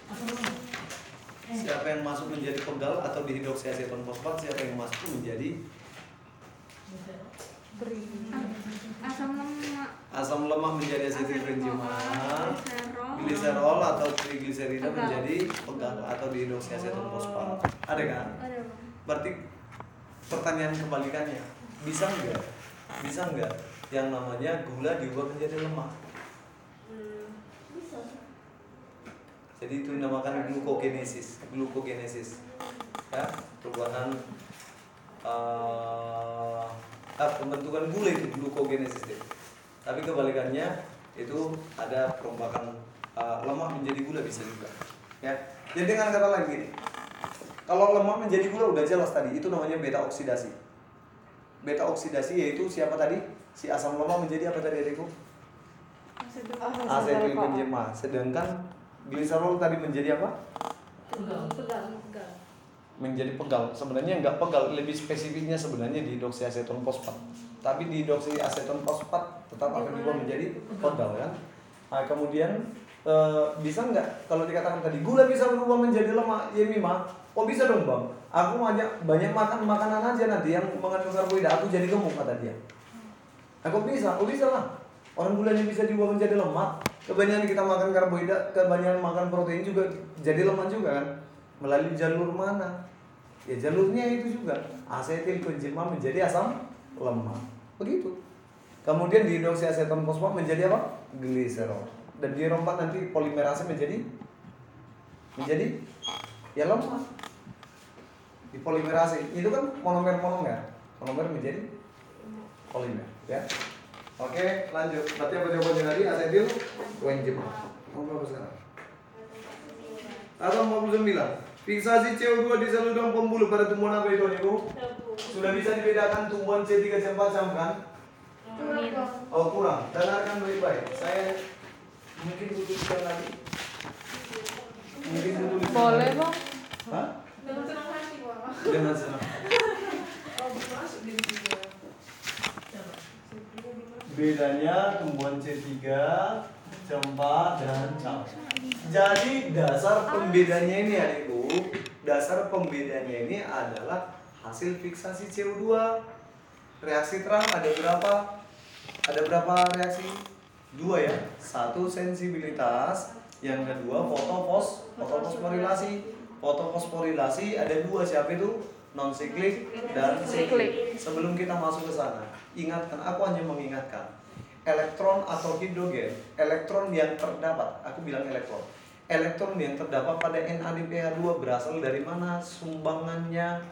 Siapa yang masuk menjadi pegal atau dihidroksiaseton fosfat, siapa yang masuk menjadi asam lemak menjadi asetilkoenzim A, gliserol atau trigliserida menjadi pegal atau dihidroksiaseton fosfat. Ada kan? Ada. Berarti pertanyaan kebalikannya, bisa nggak yang namanya gula diubah menjadi lemak? Bisa. Jadi itu dinamakan glukogenesis. Ya, perubahan pembentukan gula itu glukogenesis deh. Tapi kebalikannya itu ada perombakan lemak menjadi gula bisa juga. Ya. Jadi dengan kata lain gini, kalau lemak menjadi gula udah jelas tadi, itu namanya beta oksidasi. Beta oksidasi yaitu siapa tadi? Si asam lemak menjadi apa tadi adikku? Asetilkoenzim A. Sedangkan gliserol tadi menjadi apa? Pegal. Menjadi pegal. Sebenarnya enggak pegal, lebih spesifiknya sebenarnya dihidroksiaseton fosfat. Tapi dihidroksiaseton fosfat tetap akan diubah menjadi pegal kan? Nah, kemudian bisa nggak kalau dikatakan tadi gula bisa berubah menjadi lemak? Ya Mima, oh bisa dong Bang. Aku banyak makan makanan aja nanti yang mengandung karbohidrat, aku jadi gemuk kata dia. Aku bisa, lah. Orang gulanya bisa diubah menjadi lemak. Kebanyakan kita makan karbohidrat, kebanyakan makan protein juga jadi lemak juga kan? Melalui jalur mana? Ya jalurnya itu juga. Asetilkoenzim A menjadi asam lemak. Begitu. Kemudian dihidroksiaseton fosfat menjadi apa? Gliserol. Dan dirompak nanti polimerase menjadi ya lemak. Dipolimerase. Itu kan monomer. Monomer menjadi polimer, ya. Oke, lanjut. Berarti apa jawabannya tadi? Asetilkoenzim A. Nomor berapa sekarang? 149. Fiksasi CO2 di saluran pembuluh pada tumbuhan apa itu, Ibu? Sudah bisa dibedakan tumbuhan C3 C4 kan? Oh, kurang. Dengarkan baik-baik. Saya mungkin butuh sekali lagi. Mungkin butuh sekali Boleh, lagi. Bang. Hah? Dengan senang hati, Bang. Dengan senang. Bedanya tumbuhan C3, C4 dan C. Jadi dasar pembedanya ini adikku, dasar pembedanya ini adalah hasil fiksasi CO2. Reaksi terang ada berapa? Ada berapa reaksi? 2 ya. 1 sensibilitas, yang kedua fotofosforilasi. Fotofosforilasi ada 2, siapa itu? Non siklik dan siklik. Sebelum kita masuk ke sana, ingatkan, aku hanya mengingatkan. Elektron atau hidrogen, elektron yang terdapat, aku bilang elektron yang terdapat pada NADPH2 berasal dari mana sumbangannya?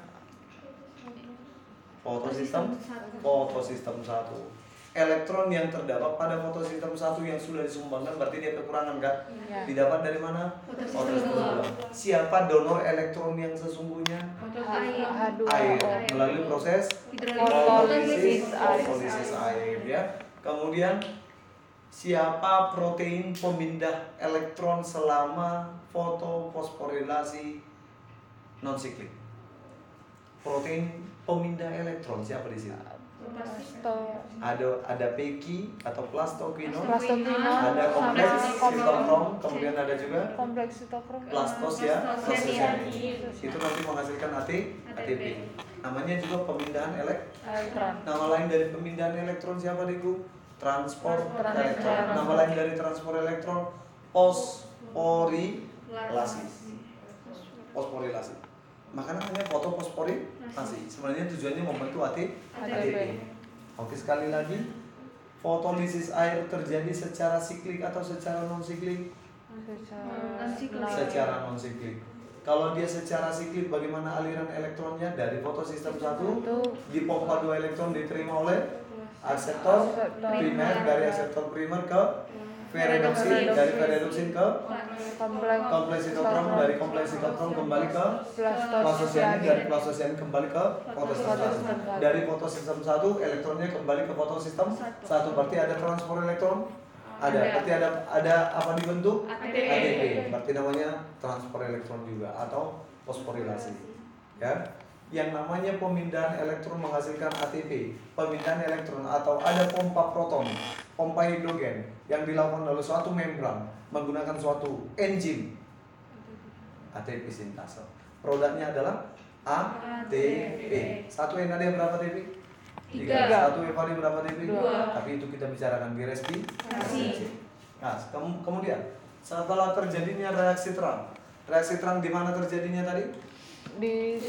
Fotosistem 1. Elektron yang terdapat pada fotosistem 1 yang sudah disumbangkan berarti dia kekurangan kan? Iya. Didapat dari mana? Fotosistem 2. Siapa donor elektron yang sesungguhnya? Air, melalui proses Hidrolisis hidrolisis air ya. Kemudian Siapa protein pemindah elektron selama fotofosforilasi non siklik? Protein pemindah elektron siapa di sini? Ada peki atau plastoquinone, ada kompleks sitokrom, kemudian ada juga kompleks sitokrom, plastos ya, itu nanti menghasilkan ATP. Namanya juga pemindahan elektron. Nama lain dari pemindahan elektron siapa Diku? Transport elektron. Nama lain dari transport elektron fosforilasi. Maka namanya fotofosforilasi. Sebenarnya tujuannya membentuk ATP. Oke, sekali lagi, fotolisis air terjadi secara siklik atau secara non siklik? Secara non siklik. Kalau dia secara siklik, bagaimana aliran elektronnya? Dari fotosistem 1 dipompa 2 elektron diterima oleh akseptor primer, dari akseptor primer ke ferredoksin, dari ferredoksin ke kompleks sitokrom, dari kompleks sitokrom kembali ke plasosianin, dari plasosianin kembali ke fotosistem 1. Dari fotosistem 1 elektronnya kembali ke fotosistem 1. Berarti ada transport elektron? Ada. Berarti ada apa dibentuk? ATP. Berarti namanya transport elektron juga atau fosforilasi. Ya. Yang namanya pemindahan elektron menghasilkan ATP, pemindahan elektron atau ada pompa proton, pompa hidrogen yang dilakukan oleh suatu membran menggunakan suatu enzim ATP sintase. Produknya adalah ATP. Satu NAD berapa ATP? 3. Satu EVAD berapa ATP? 2. Tapi itu kita bicarakan di respirasi. Nah, kemudian setelah terjadinya reaksi terang. Reaksi terang di mana terjadinya tadi? Di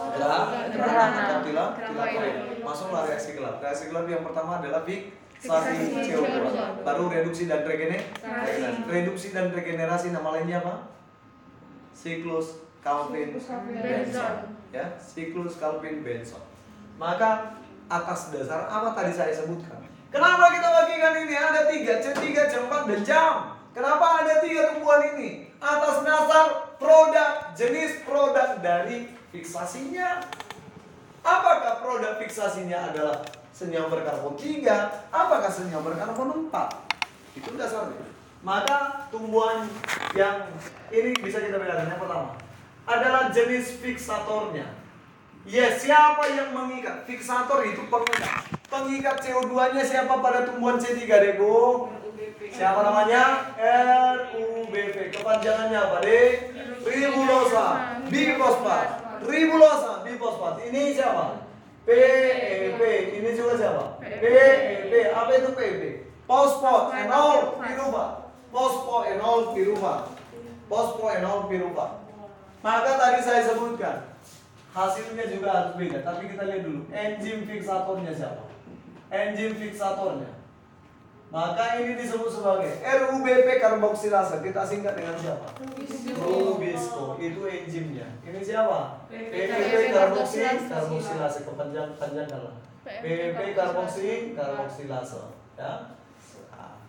gelap. Masuklah reaksi gelap. Reaksi gelap yang pertama adalah fiksasi CO2, baru reduksi dan regenerasi. Reduksi dan regenerasi nama lainnya apa? Siklus Calvin-Benson. Ya, siklus Calvin-Benson. Maka atas dasar apa tadi saya sebutkan? Kenapa kita bagikan ini? Ada 3, C3, C4 dan jam. Kenapa ada 3 tumbuhan ini? Atas dasar produk, jenis produk dari fiksasinya. Apakah produk fiksasinya adalah senyawa berkarbon 3? Apakah senyawa berkarbon 4? Itu dasarnya. Maka tumbuhan yang ini bisa kita bedakan. Yang pertama adalah jenis fiksatornya. Yes, siapa yang mengikat? Fiksator itu pengikat. Pengikat CO2-nya siapa pada tumbuhan C3, Dego? Siapa namanya? RUBP. Kepanjangannya apa, Dek? Ribulosa bifosfat. Ribulosa bifosfat. Ini siapa? PEP. Ini juga siapa? PEP. Apa itu PEP? Fosfoenol pirufat. Fosfoenol pirufat. Fosfoenol pirufat. Maka tadi saya sebutkan hasilnya juga harus beda. Tapi kita lihat dulu enzim fiksatornya siapa? Enzim fiksatornya. Maka ini disebut sebagai RUBP karboksilase. Kita singkat dengan siapa? Rubisco. Itu enzimnya. Ini siapa? PEP karboksilase. Kepanjangan. PEP karboksilase. Ya. Nah.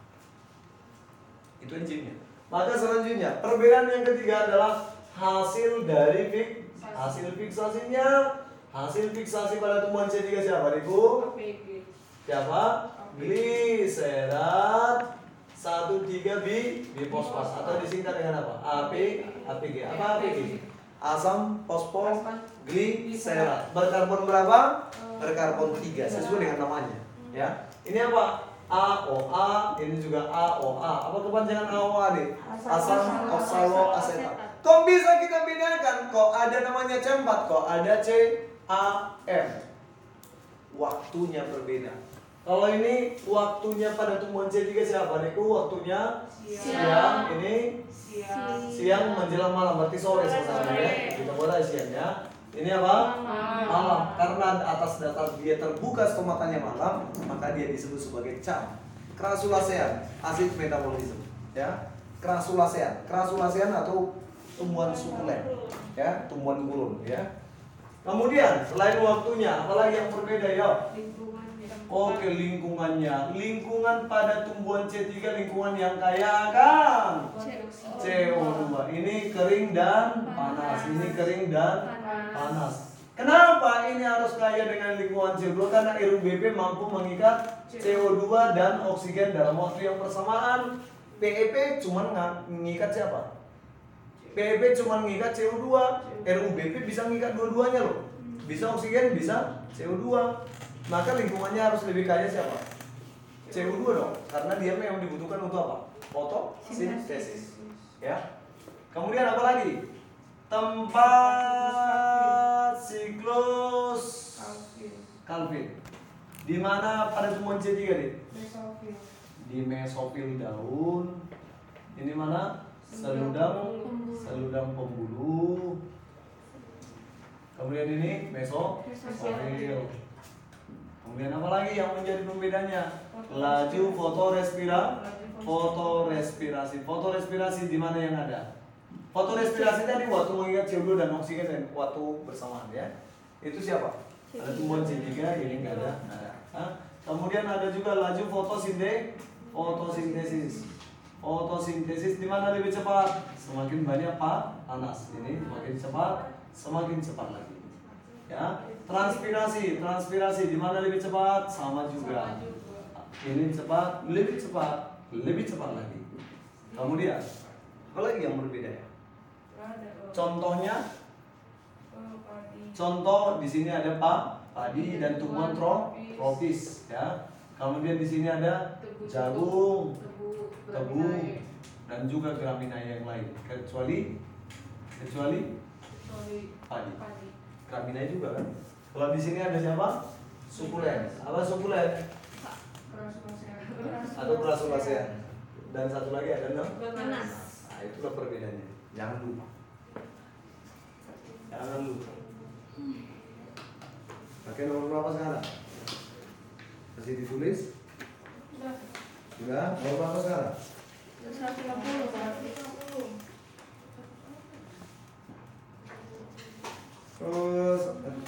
Itu enzimnya. Maka selanjutnya perbedaan yang ketiga adalah hasil dari hasil fiksasinya. Hasil fiksasi pada tumbuhan C3 siapa, Ibu? Siapa? Gliserat 1,3 bifosfat atau disingkat dengan apa? APG. Apa APG? Asam fosfogliserat. Berkarbon berapa? Berkarbon 3 sesuai dengan namanya. Ya. Ini apa? AOA. Ini juga AOA. Apa kepanjangan AOA nih? Asam oksaloasetat. Kok bisa kita bedakan? Kok ada namanya C4? Kok ada CAM? Waktunya berbeda. Kalau ini waktunya pada tumbuhan C3 siapa? Niku waktunya siang. Ini siang menjelang malam. Berarti sore sebenarnya. Kita mulai siangnya. Ini apa? Malam. Karena atas dasar dia terbuka stomatanya malam, maka dia disebut sebagai CAM. Crasulacean, acid metabolism. Ya, Crasulacean. Crasulacean atau tumbuhan sukulen. Ya, tumbuhan gurun. Ya. Kemudian selain waktunya, apalagi yang berbeda ya? Oke, lingkungannya. Lingkungan pada tumbuhan C3 lingkungan yang kaya akan CO2. Ini kering dan panas. Ini kering dan panas. Kenapa ini harus kaya dengan lingkungan CO2? Karena RUBP mampu mengikat CO2 dan oksigen dalam waktu yang bersamaan. PEP cuma mengikat siapa? PEP cuma mengikat CO2. RUBP bisa mengikat dua-duanya loh. Bisa oksigen, bisa CO2. Maka lingkungannya harus lebih kaya siapa? CO2 dong. Karena dia memang dibutuhkan untuk apa? Fotosintesis. Ya. Kemudian apa lagi? Tempat siklus Calvin. Di mana pada tumbuhan C3 nih? Di mesofil daun. Ini mana? Seludang pembuluh. Kemudian ini mesofil. Kemudian apa lagi yang menjadi pembedanya? Laju fotorespirasi. Fotorespirasi di mana yang ada? Fotorespirasi tadi waktu mengikat CO2 dan oksigen dan waktu bersamaan ya. Itu siapa? Ada tumbuhan C3, ini enggak ada. Kemudian ada juga laju fotosintesis. Fotosintesis di mana lebih cepat? Semakin banyak panas. Ini semakin cepat, semakin cepat lagi. Ya. Transpirasi di mana lebih cepat? Sama juga. Ini cepat, lebih cepat lagi. Kemudian apa lagi yang berbeda ya? Contohnya, contoh di sini ada padi dan tumbuhan tropis, ya. Kemudian di sini ada jagung, tebu, dan juga graminea yang lain. Kecuali padi. Graminea juga kan. Kalau di sini ada siapa? Sukulen. Apa sukulen? Atau Brassulaceae. Dan satu lagi ada Nanas. Nah, itulah perbedaannya. Jangan lupa. Pakai nomor berapa sekarang? Masih ditulis? Sudah. Nomor berapa sekarang? 150. Terus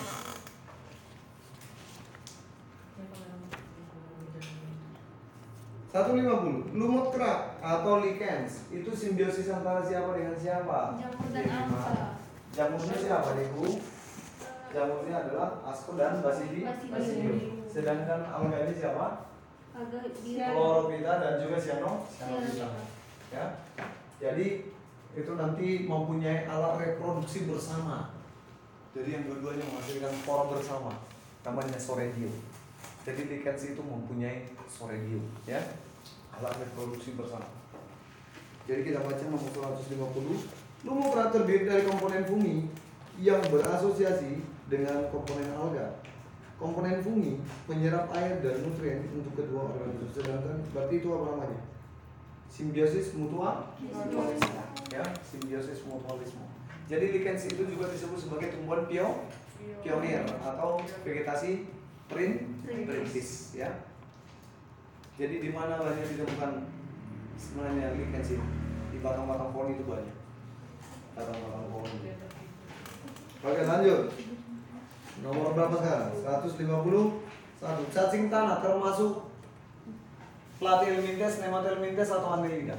150. Lumut kerak atau lichens itu simbiosis antara siapa dengan siapa? Jamur dan angsa. Jamurnya siapa, Ibu? Jamurnya adalah asko dan basidium. Sedangkan alganya siapa? Chlorophyta dan juga cyanophyta. Ya. Jadi itu nanti mempunyai alat reproduksi bersama. Jadi yang dua-duanya menghasilkan spora bersama. Namanya soredium. Jadi lichens itu mempunyai soredium, ya. Alat reproduksi bersama. Jadi kita baca nomor 150. Lumut kerak terdiri dari komponen fungi yang berasosiasi dengan komponen alga. Komponen fungi menyerap air dan nutrien untuk kedua organisme. Sedangkan berarti itu apa namanya? Simbiosis mutualisme. Ya, simbiosis mutualisme. Jadi lichens itu juga disebut sebagai tumbuhan pionir atau vegetasi perintis, ya. Jadi di mana banyak ditemukan sebenarnya lichens ini? Di batang-batang pohon itu banyak. Batang-batang pohon. Oke, lanjut. Nomor berapa sekarang? 151. Cacing tanah termasuk Platyhelminthes, Nemathelminthes atau Annelida?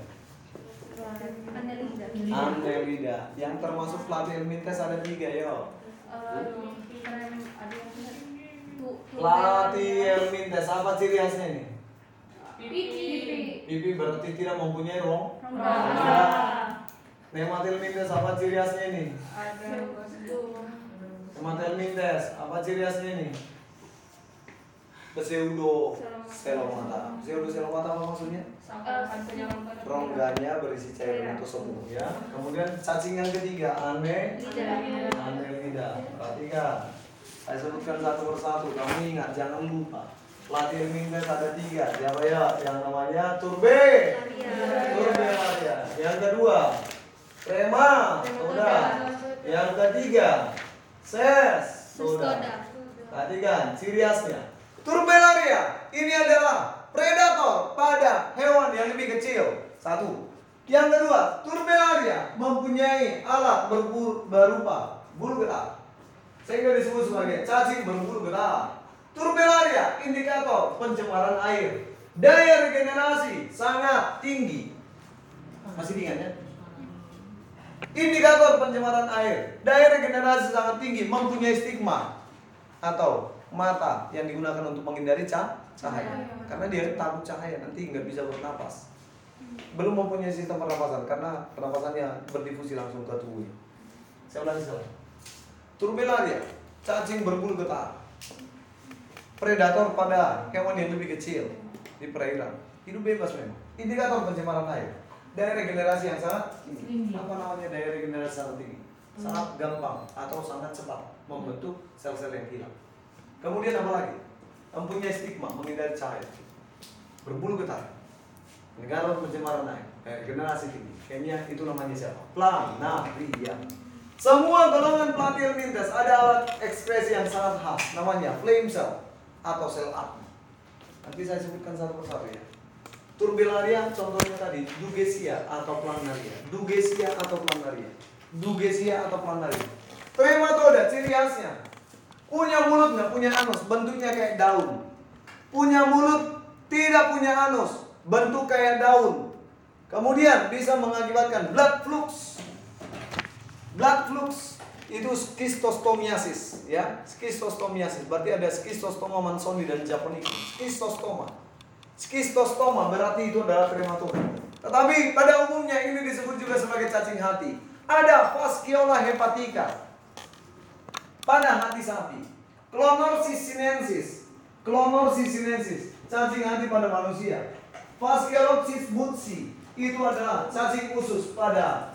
Annelida. Yang termasuk Platyhelminthes ada 3 ya. Platyhelminthes apa ciri khasnya ini? Pipi berarti tidak mempunyai rongga. Nemathelminthes apa ciri khasnya ini? Nemathelminthes apa ciri khasnya ini? Pseudoselomata. Pseudoselomata apa maksudnya? Rongganya berisi cairan atau semu, ya. Kemudian cacing yang ketiga Annelida. Perhatikan. Saya sebutkan satu persatu. Kamu ingat, jangan lupa. Platyhelminthes ada 3. Siapa ya? Yang namanya Turbelaria. Yang kedua Trematoda. Yang ketiga Cestoda. Perhatikan ciri khasnya. Turbelaria ini adalah predator pada hewan yang lebih kecil. 1. Yang kedua, Turbelaria mempunyai alat berupa bulu getah, sehingga disebut sebagai cacing berbulu getah. Turbelaria indikator pencemaran air. Daya regenerasi sangat tinggi. Masih ingat ya? Indikator pencemaran air. Daya regenerasi sangat tinggi, mempunyai stigma atau mata yang digunakan untuk menghindari cahaya. Karena dia takut cahaya, nanti nggak bisa bernapas. Belum mempunyai sistem pernapasan karena pernapasannya berdifusi langsung ke tubuh. Saya ulangi salah. Turbellaria, cacing berbulu getah. Predator pada hewan yang lebih kecil di perairan. Hidup bebas memang. Indikator pencemaran air. Daya regenerasi yang sangat tinggi. Apa namanya daya regenerasi sangat tinggi? Sangat gampang atau sangat cepat membentuk sel-sel yang hilang. Kemudian apa lagi? Mempunyai stigma, menghindari cahaya. Berbulu getah. Indikator pencemaran air. Daya regenerasi tinggi. Kayaknya itu namanya siapa? Planaria. Semua golongan platir lintas ada alat ekspresi yang sangat khas. Namanya flame cell atau sel api. Nanti saya sebutkan satu persatu ya. Turbellaria contohnya tadi, Dugesia atau planaria. Dugesia atau planaria. Dugesia atau planaria. Trematoda ciri khasnya punya mulut nggak punya anus, bentuknya kayak daun. Punya mulut, tidak punya anus, bentuk kayak daun. Kemudian bisa mengakibatkan blood flux. Blood flux itu schistostomiasis ya. Schistostomiasis berarti ada schistostoma mansoni dan japonicum. Schistostoma berarti itu adalah trematoda. Tetapi pada umumnya ini disebut juga sebagai cacing hati. Ada Fasciola hepatica pada hati sapi. Clonorchis sinensis cacing hati pada manusia. Fasciolopsis butsi itu adalah cacing usus pada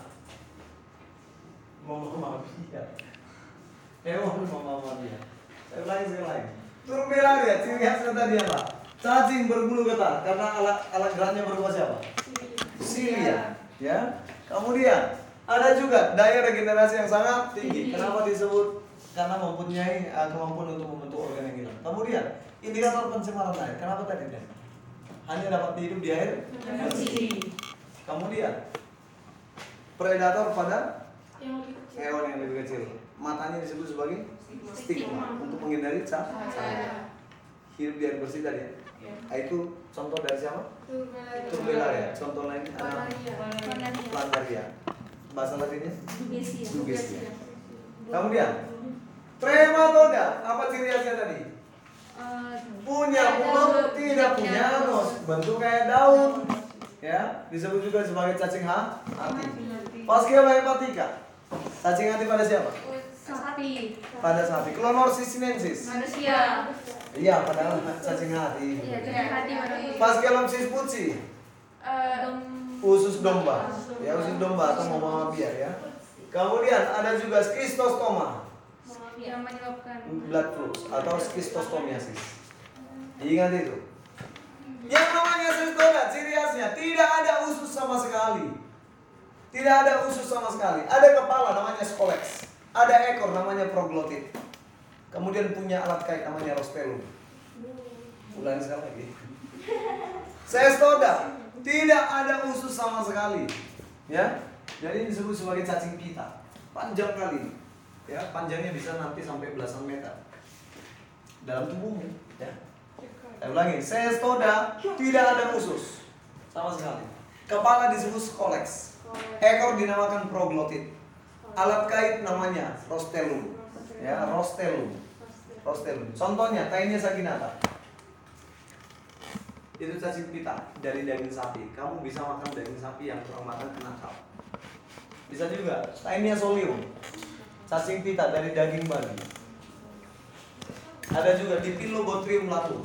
mamamia. Hewan mamamia. Saya ulangi. Turbellaria ciri khasnya tadi apa? Cacing berbulu getah karena alat geraknya berupa siapa? Silia, ya. Kemudian ada juga daya regenerasi yang sangat tinggi. Kenapa disebut? Karena mempunyai kemampuan untuk membentuk organ yang hilang. Kemudian indikator pencemaran air. Kenapa tadi? Hanya dapat hidup di air bersih. Kemudian predator pada hewan yang lebih kecil. Matanya disebut sebagai stigma untuk menghindari cahaya. Hidup di air bersih tadi ya. Itu contoh dari siapa? Turbellaria. Contoh lain ada planaria. Bahasa latinnya? Dugesia. Kemudian trematoda, apa ciri khasnya tadi? Punya mulut, tidak punya anus, bentuk kayak daun. Ya, disebut juga sebagai cacing hati. Fasciola hepatica. Cacing hati pada siapa? Sapi. Pada sapi. Clonorchis sinensis. Manusia. Iya, padahal cacing hati. Iya, cacing hati manusia. Fasciolopsis butsi. Usus domba. Ya, usus domba atau mamamia ya. Kemudian ada juga schistostoma. Yang menyebabkan Blood flux atau schistostomiasis. Ingat itu. Yang namanya cestoda ciri khasnya tidak ada usus sama sekali. Tidak ada usus sama sekali. Ada kepala namanya scolex. Ada ekor namanya proglotit. Kemudian punya alat kait namanya rostellum. Ulangi sekali lagi. Cestoda tidak ada usus sama sekali. Ya. Jadi disebut sebagai cacing pita. Panjang kali. Ya, panjangnya bisa nanti sampai belasan meter dalam tubuhmu. Ya. Saya ulangi, cestoda tidak ada usus sama sekali. Kepala disebut scolex. Ekor dinamakan proglotit. Alat kait namanya rostellum. Ya, rostellum. Contohnya tainnya saginata. Itu cacing pita dari daging sapi. Kamu bisa makan daging sapi yang kurang matang kena kau. Bisa juga tainnya solium. Cacing pita dari daging babi. Ada juga Dipilobotrium latum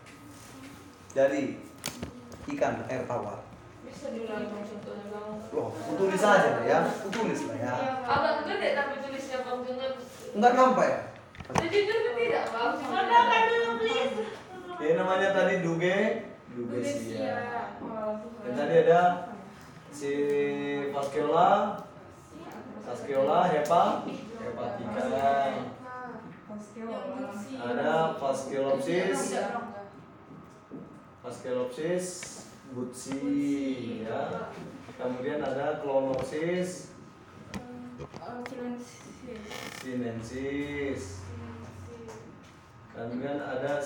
dari ikan air tawar. bisa diulang contohnya bang. Loh, tulis aja ya, tulis lah ya. Agak gede tapi tulisnya bang jangan. Enggak nampak ya? Jujur tidak bang. Contohkan dulu please. Ya namanya tadi Dugesia. Dan tadi ada si Fasciola hepatica. Ada Fasciolopsis butsi ya. Kemudian ada Clonorchis sinensis. Kemudian ada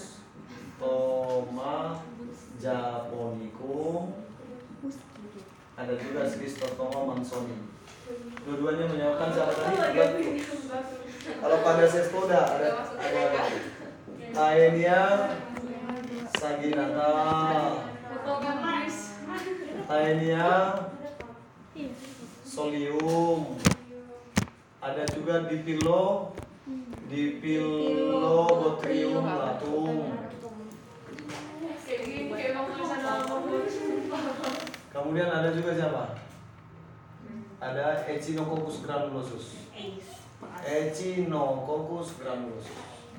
Schistostoma japonicum. ada juga Schistosoma mansoni. Dua-duanya menyewakan siapa tadi? Kalau pada Cestoda ada Taenia saginata, Taenia solium, ada juga Dipilobotrium latum. Kemudian ada juga siapa? Ada Echinococcus granulosus. Echinococcus granulosus.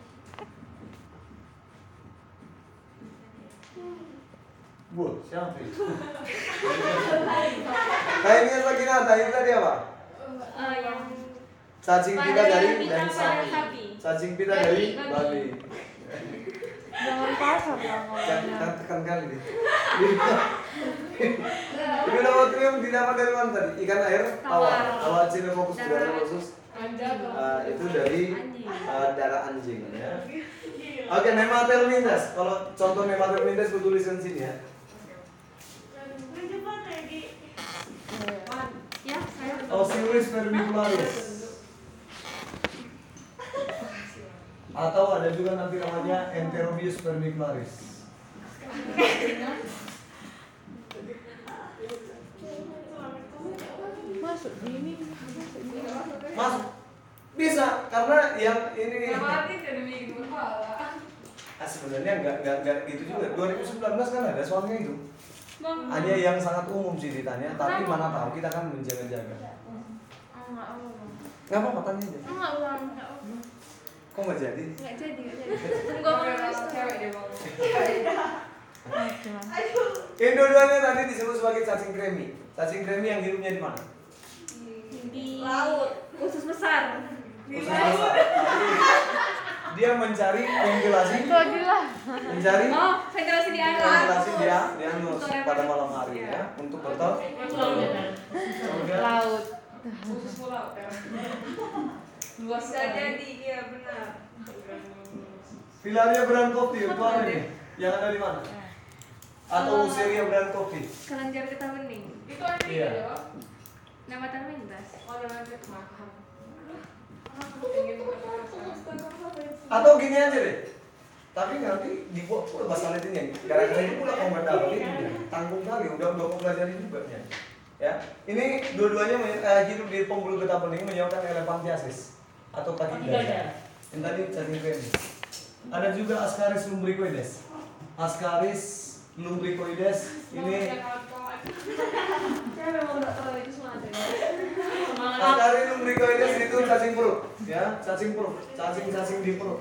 Bu, siapa itu? Taenia saginata itu tadi apa? Cacing pita dari sapi. Cacing pita dari babi. Jangan pasar lah ngomongnya. Jangan tekan kali deh. Dipilobotrium didapat dari mana tadi? Ikan air tawar. Kalau Echinococcus granulosus itu dari darah anjing ya. Oke, Nematelmintes. Kalau contoh Nematelmintes gue tuliskan sini ya. Osiris verbicularis. Atau ada juga nanti namanya Enterobius verbicularis. Masuk gini. Masuk. Bisa karena yang ini sebenarnya enggak gitu juga. 2019 kan ada soalnya itu. Hanya yang sangat umum sih ditanya, tapi mana tahu kita kan menjaga-jaga. Enggak apa-apa tanya aja. Kok nggak jadi? Nggak jadi. Tunggu lulus cewek deh bang. Ini dua-duanya tadi disebut sebagai cacing kremi. Cacing kremi yang hidupnya di mana? Di laut. Usus besar. Usus besar. Dia mencari ventilasi. Itu aja lah. Mencari Ventilasi di air. ventilasi di anus pada malam hari ya untuk bertelur. Laut. Usus pulau. Luas jadi iya benar. Filaria brandcotti itu apa nih? Yang ada di mana? Atau Useria brandcotti? Kelenjar getah bening. Itu ada Iya. ya? Nama termintas. Oh, nama termintas. Atau gini aja deh. Tapi nanti dibuat pula bahasa Latinnya. Gara-gara ini pula kalau nggak tahu ini tanggung kali udah pelajari juga ya. Ya, ini dua-duanya hidup di pembuluh getah bening menyebabkan elephantiasis atau kaki gajah. Yang tadi cacing kremi. Ada juga Ascaris lumbricoides. Ascaris lumbricoides ini Saya memang dokter itu semangat. Ascaris lumbricoides itu cacing perut, ya, cacing perut, cacing di perut.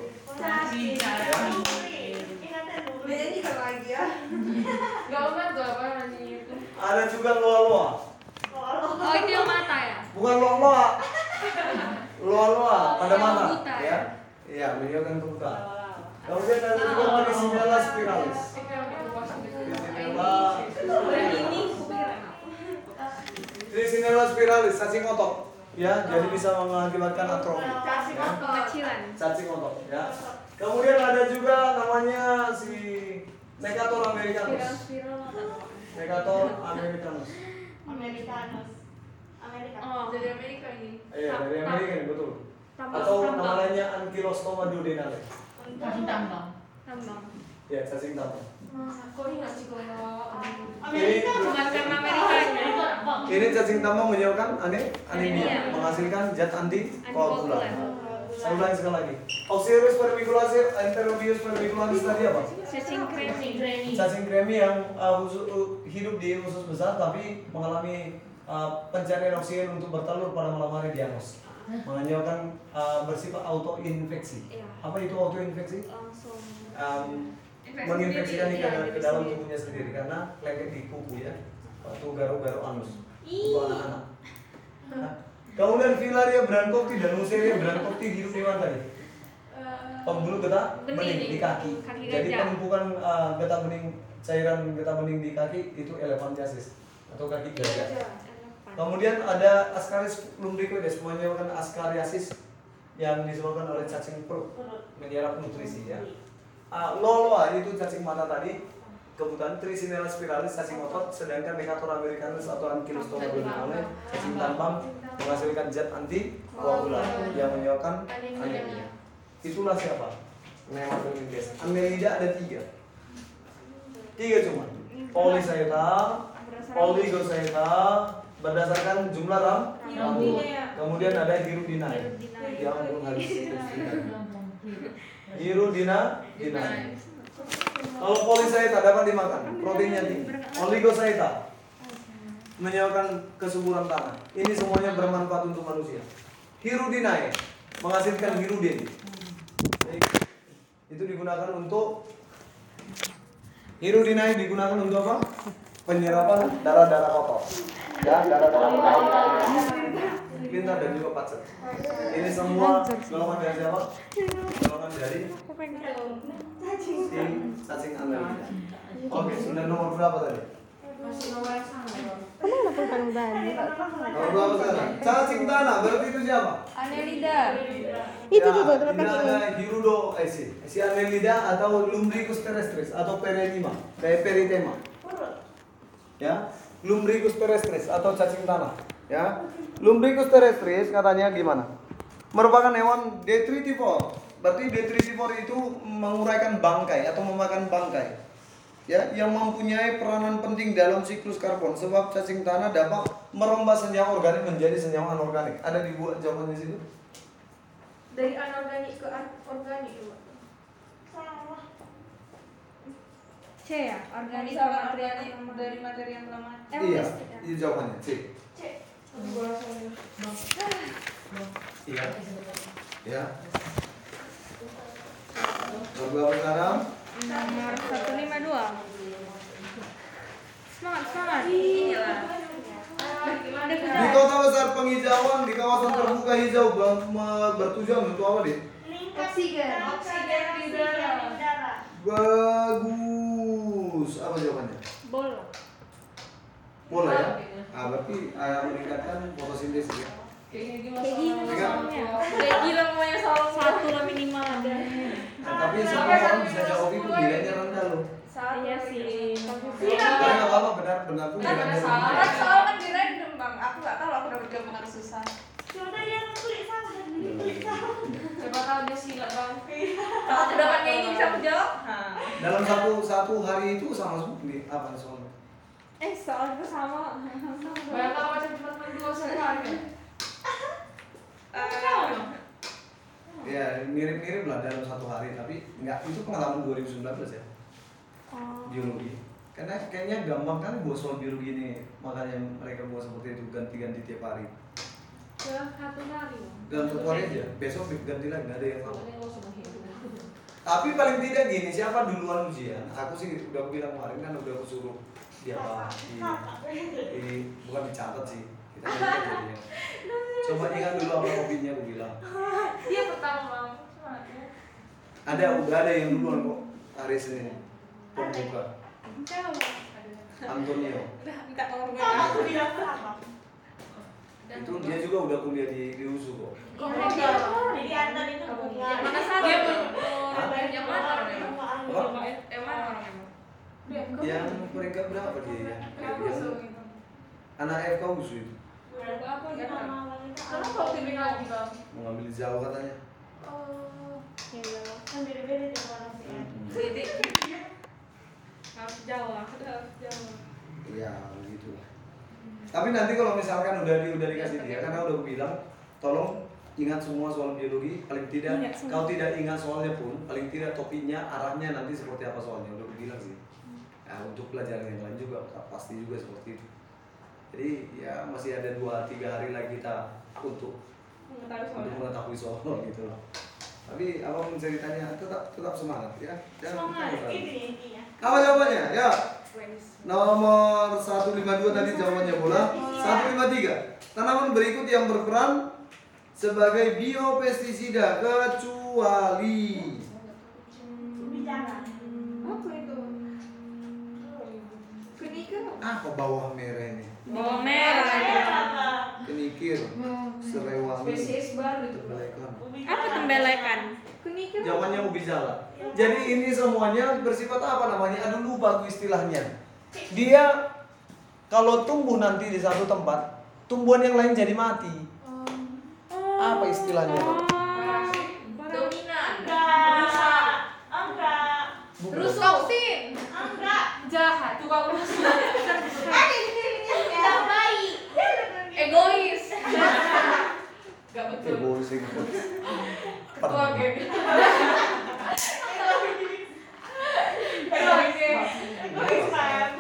Beda lagi ya. Gak obat tuh apa nanti itu. Ada juga loa-loa. Oh itu yang mata ya? Bukan loa-loa. Loa-loa pada Yang mata, buta. ya. Iya, menyebabkan kebutaan. Kemudian ada juga Trisinella spiralis. Trisinella spiralis, cacing otot. Ya, jadi bisa mengakibatkan atrofi. Pengecilan. Cacing otot, ya. Kemudian ada juga namanya si Necator americanus. Necator americanus. Oh, dari Amerika ini. Iya, dari Amerika ini betul. Atau namanya Ankylostoma duodenale. Kasih tambang. Tambang. Ya, cacing tambang. Kok ingat sih kalau Amerika cuma karena Amerika Ini cacing tambang menyebabkan anemia, menghasilkan zat antikoagulan. Saya ulangi sekali lagi. Osiris verbicularis, Enterobius verbicularis tadi apa? cacing kremi. Cacing kremi yang hidup di usus besar tapi mengalami pencarian oksigen untuk bertelur pada malam hari di anus. Menyebabkan bersifat autoinfeksi. Apa itu autoinfeksi? Langsung Menginfeksikan ke dalam tubuhnya sendiri karena lengket di kuku ya, atau garuk-garuk anus untuk anak-anak. Nah, kemudian Filaria brandcotti dan Useria brandcotti hidup di mana tadi? Pembuluh getah bening di kaki. Jadi penumpukan getah bening, cairan getah bening di kaki itu elephantiasis atau kaki gajah. Kemudian ada Ascaris lumbricoides menyebabkan askariasis yang disebabkan oleh cacing perut menyerap nutrisi ya. Loloa itu cacing mata tadi. kebutuhan Trisinella spiralis cacing otot, sedangkan Decatur americanus atau Ankylostoma dolomone cacing tambang menghasilkan zat anti koagulan yang menyebabkan anemia. Itulah siapa? Nematodes. Annelida ada 3 cuma. Polychaeta, Oligoceta berdasarkan jumlah rambut. Kemudian ada Hirudinae. Ya ampun harus Hirudinae. Kalau Polychaeta dapat dimakan, proteinnya tinggi. Oligoceta menyebabkan kesuburan tanah. Ini semuanya bermanfaat untuk manusia. Hirudinae menghasilkan hirudin. Itu digunakan untuk Hirudinae digunakan untuk apa? Penyerapan darah-darah kotor. Ya, darah-darah kotor. Pintar dan juga pacet. Ini semua golongan dari siapa? Golongan dari cacing Annelida. Oke, sudah nomor berapa tadi? Masih nomor yang sama. Emang bukan tadi? Nomor berapa sekarang? Cacing tanah, berarti itu siapa? Annelida. Itu Ya, tuh tempat tidak ini. ada Hirudo si Annelida atau Lumbricus terrestris atau perenima, kayak peritema. Ya, Lumbricus terrestris atau cacing tanah. Ya, Lumbricus terrestris katanya gimana? Merupakan hewan detritivore. Berarti detritivore itu menguraikan bangkai atau memakan bangkai. Ya, yang mempunyai peranan penting dalam siklus karbon sebab cacing tanah dapat merambah senyawa organik menjadi senyawa anorganik. Ada dibuat jawabannya di situ? Dari anorganik ke organik coba. Salah. C ya, organik Bisa material dari materi yang lama. Iya, itu jawabannya C. C. Iya. Ya. Berapa sekarang? Nomor 152. Semangat. Inilah. Di kota besar penghijauan di kawasan terbuka hijau bertujuan untuk apa, Dik? Oksigen di udara. Bagus. Apa jawabannya? Bola. Bola ya? Ah, berarti meningkatkan fotosintesis ya. Kayak gini Tiga. soalnya. Kayak gila pokoknya selalu Satu lah minimal ada. Nah, tapi semua orang bisa jawab itu nilainya rendah loh. Iya sih. Tapi nggak apa-apa, benar tuh Kan ada nilainya salah. rendah. Soal kan di random bang. Aku nggak tahu aku dapat jawaban yang susah. Sudah dia tulis salah, dia tulis salah. Coba tahu dia sila bang. Kalau aku dapat kayak ini bisa aku jawab. Dalam satu hari itu sama seperti apa soalnya? Soal itu sama. Banyak tahu macam cuma dua sehari. Ya mirip-mirip lah dalam satu hari, tapi nggak, itu pengalaman 2019 ya. Biologi. Karena kayaknya gampang kan buat soal biologi ini, makanya mereka buat seperti itu, ganti-ganti tiap hari. Dalam satu hari. Dalam satu hari aja, besok ganti lagi, nggak ada yang sama. Tapi paling tidak gini, siapa duluan ujian? Aku sih udah bilang kemarin kan, udah aku suruh dia bukan dicatat sih, kita nyanyi aja dia. Coba ingat dulu apa hobinya, aku bilang. Dia pertama. Udah ada yang duluan kok hari Senin pembuka. Antonio. Minta nomor Sama aku bilang sama. Itu dia juga udah kuliah di USU kok. Jadi Anton itu bukan. Yang mana satu? Yang mana orangnya? Apa? Yang mana orangnya? Yang peringkat berapa dia ya? Yang anak FK USU itu. Apa Dia gitu? nama wanita. Kenapa kau timing lagi bang? Mau ngambil Jawa katanya. Oh, Kan beda-beda tiap orang sih. Didi. Harus Jawa, harus Jawa. Iya, begitu lah. Tapi nanti kalau misalkan udah dikasih dia, karena udah aku bilang, tolong ingat semua soal biologi, paling tidak kalau tidak ingat soalnya pun, paling tidak topiknya, arahnya nanti seperti apa soalnya, udah aku bilang sih. Nah, untuk pelajaran yang lain juga pasti juga seperti itu. Jadi ya masih ada 2-3 hari lagi kita untuk mengetahui soal gitu loh. Tapi apapun ceritanya tetap semangat ya. Jangan Ini intinya. apa jawabannya? Ya. Nomor 152 tadi jawabannya bola. 153. Tanaman berikut yang berperan sebagai biopestisida kecuali Bicara. Apa itu? Kenikir. apa bawah merah ini? Bawang merah. Kenikir, serewangi, Spesies baru itu. tembelekan. Apa tembelekan? Kenikir zamannya ubi jala. Jadi ini semuanya bersifat apa namanya? Aduh lupa aku istilahnya. Dia kalau tumbuh nanti di satu tempat, tumbuhan yang lain jadi mati. Apa istilahnya? Dominan. Enggak. Enggak. Terus toksin. Enggak. Jahat. Tukang rusuh. Tidak baik. Egois. Gak betul. Egois. Ketua geng. Egois geng. Egoisan.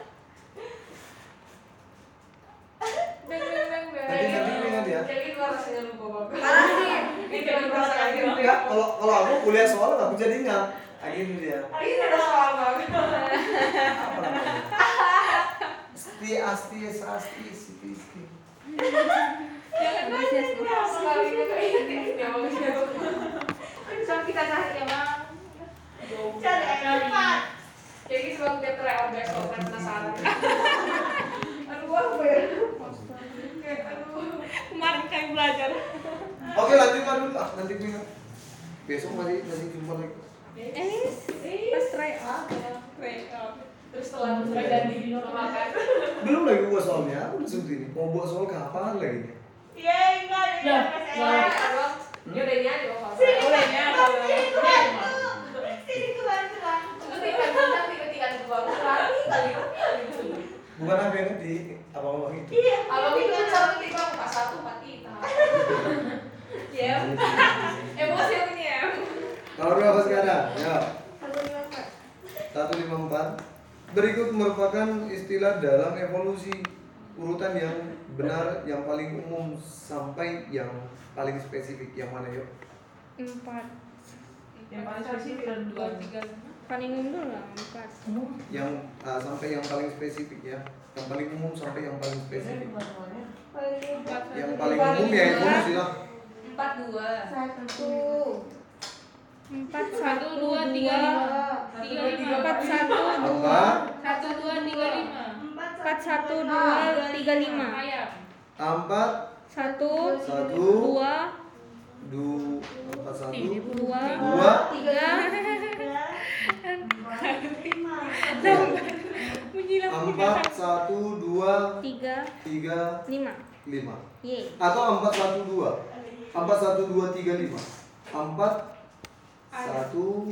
Nanti ingat ya. Jadi itu rasanya lupa banget. Parah sih. Itu yang perasaan gitu. Enggak, kalau aku kuliah soal aku jadi ingat. Ini dia. Ini ada soal banget. Apa namanya? Asti. Jangan bahas Sekali itu ya bagus ya. Bisa kita cari ya bang. Cari cepat. Jadi sebab dia tryout guys, kalau kalian penasaran. Aduh, apa ya? Aduh. Kemarin kayak belajar. Oke lanjut. Nanti gue ingat. Besok masih jumpa lagi. Pas try out. Terus setelah dan di makan. Belum lagi gua soalnya. Aku udah ini. Mau buat soal kapan lagi? Iya, enggak. Dia udah nyanyi loh. Udah Sini tuh bantu. Ketika baru kali. Bukan apa yang di abang-abang itu. Iya. Abang itu kan selalu ketika pas satu mati. Ya. Emosi ini ya. Nomor berapa sekarang? Ya. 154. Berikut merupakan istilah dalam evolusi urutan yang benar, yang paling umum sampai yang paling spesifik. Yang mana yuk? 4. Yang paling spesifik dan 2, 3. Paling umum dulu lah 4. Yang sampai yang paling spesifik ya. Yang paling umum sampai yang paling spesifik. Yang paling umum ya evolusi lah. 4, 2. 4, 1, 2, 3, 5. 4, 1, 2, 4, 1, 2, 3, 5. 4, 1, 1, 2, 4, 1, 2, 3, 5. Ye. Atau 4, 1, 2. 4, 1, 2, 3, 5. 4, 1,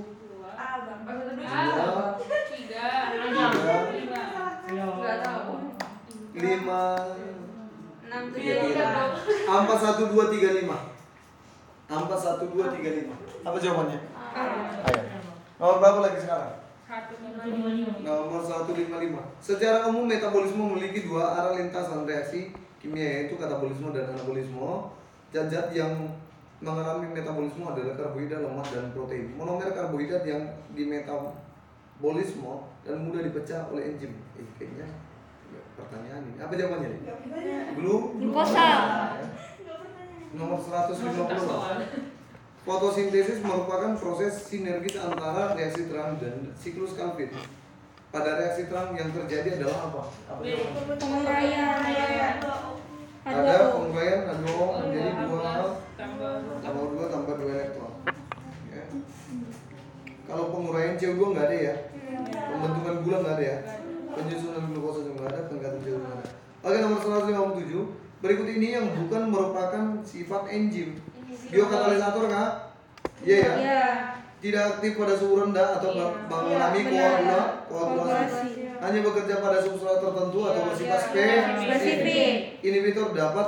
5, 6, 4, 1, 2, 3, 5. 4, 1, 2, 3, 5. Apa jawabannya? Ayo. Nomor berapa lagi sekarang? 155. Nomor 155. Secara umum metabolisme memiliki dua arah lintasan reaksi kimia, yaitu katabolisme dan anabolisme. Zat-zat yang mengalami metabolisme adalah karbohidrat, lemak, dan protein. Monomer karbohidrat yang di metabolisme dan mudah dipecah oleh enzim. Kayaknya pertanyaan ini. Apa jawabannya nih? Glukosa. Nomor 150. Fotosintesis merupakan proses sinergis antara reaksi terang dan siklus Calvin. Pada reaksi terang yang terjadi adalah apa? Penguraian. Ada penguraian H2O menjadi 2 tambah 2 elektron. Ya. Kalau penguraian CO2 nggak ada ya. Pembentukan gula nggak ada ya. Penyusunan glukosa juga nggak ada, penggantian CO2 nggak ada. Oke, nomor 157. Berikut ini yang bukan merupakan sifat enzim. Biokatalisator kah? Iya ya. Ya. Tidak aktif pada suhu rendah atau mengalami koagulasi. Hanya bekerja pada substrat tertentu atau bersifat Spesifik. Inhibitor dapat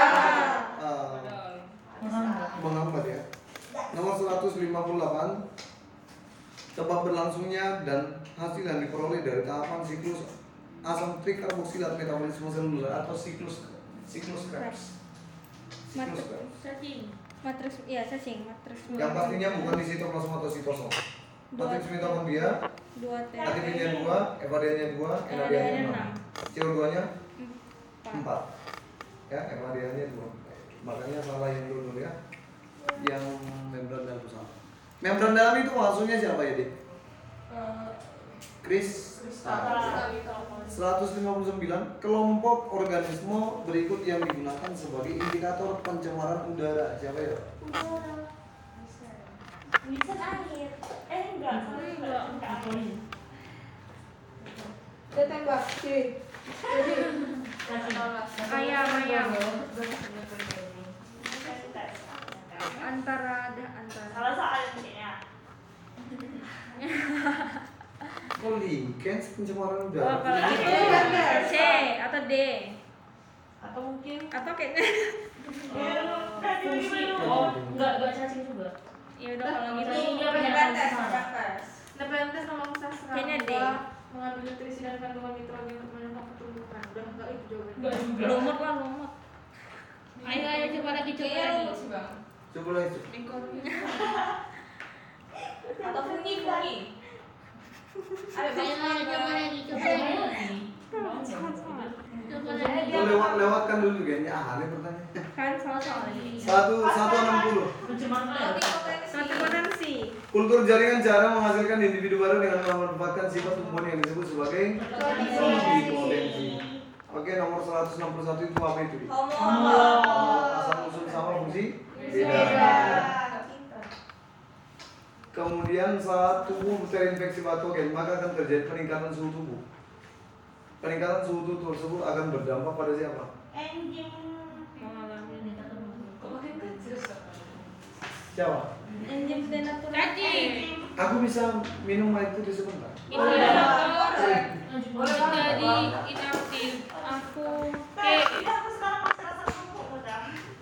menghambat ya. Nomor 158. Sebab berlangsungnya dan hasil yang diperoleh dari tahapan siklus asam trikarboksilat metabolisme seluler atau siklus Krebs. Matriks, ya cacing, matriks. Yang pastinya bukan di sitoplasma atau sitosol. Matriks mitokondria, 2 T. ATP-nya 2, FADH-nya 2, NADH-nya 6. CO2-nya 4. Ya, FADH-nya 2. Makanya salah yang dulu ya. Yang membran dalam salah. Membran dalam itu maksudnya siapa ya, Dik? Chris 159. Kelompok organisme berikut yang digunakan sebagai indikator pencemaran udara. Siapa ya? Bisa air. Enggak. Enggak air. Dia tembak, sih. Jadi Ayam. Antara. Salah soal ya. Kok liken pencemaran Oh, udara? kalau gitu C atau D Atau mungkin atau kayaknya fungsi. Oh, enggak cacing juga. ya udah kalau gitu Nepenthes nolong sastra Kayaknya D. mengandung nutrisi dan kandungan nitrogen untuk menambah pertumbuhan. Udah enggak itu jawabannya. Enggak juga. lumut. Ayo coba lagi coba Kayaknya lagi. lumut sih, Bang. Coba lah itu. Atau fungi. Ayo Coba lagi. Lewatkan dulu kayaknya. Aneh pertanyaan. kan soal ini 160. Pencemaran. suatu potensi Kultur jaringan cara menghasilkan individu baru dengan memanfaatkan sifat tumbuhan yang disebut sebagai potensi. Oke, nomor 161 itu apa itu? Asal usul sama fungsi beda. Kemudian saat tubuh terinfeksi patogen, maka akan terjadi peningkatan suhu tubuh. Peningkatan suhu tubuh tersebut akan berdampak pada siapa? Enzim. Kok makin kecil sih? Siapa? enzim denatural Cacing. Aku bisa minum air putih sebentar. Jadi inaktif. aku Aku sekarang masih rasa kerupuk udah.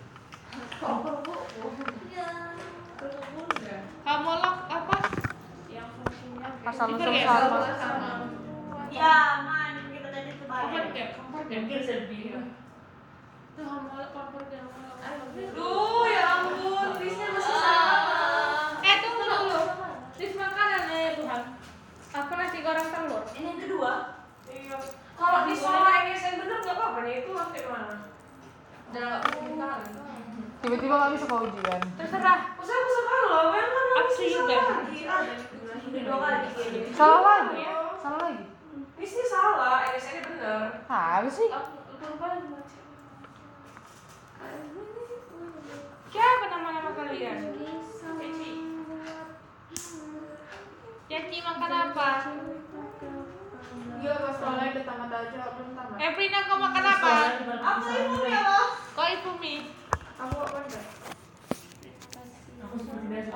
Hamolog apa? Yang fungsinya Asal usul sama. Ya, man, kita tadi Apa terbalik. kayak kompor dan sedih. Tuh hamolog kompor dan hamolog. Duh, ya ampun, listnya masih sama. Tunggu dulu. List makanan ya Tuhan. aku nasi goreng telur Ini yang kedua. Iya. Kalau di sekolah NSN bener nggak apa-apa nih, itu sampai mana? Udah nggak mungkin kan? Tiba-tiba nggak bisa kau ujian. terserah Usah loh, kan kan Up to you, guys. Ini dua kali kayaknya. Salah lagi. Salah lagi. Listnya salah, NSN-nya bener. Apa sih? Aku lupa lagi baca. siapa nama kalian Caci makan apa? Iya, pas soalnya udah tamat aja, belum tamat. Evrina kau makan apa? Apa itu ya, Bang? Kau ibu mie. Aku apa enggak? Aku seperti biasa.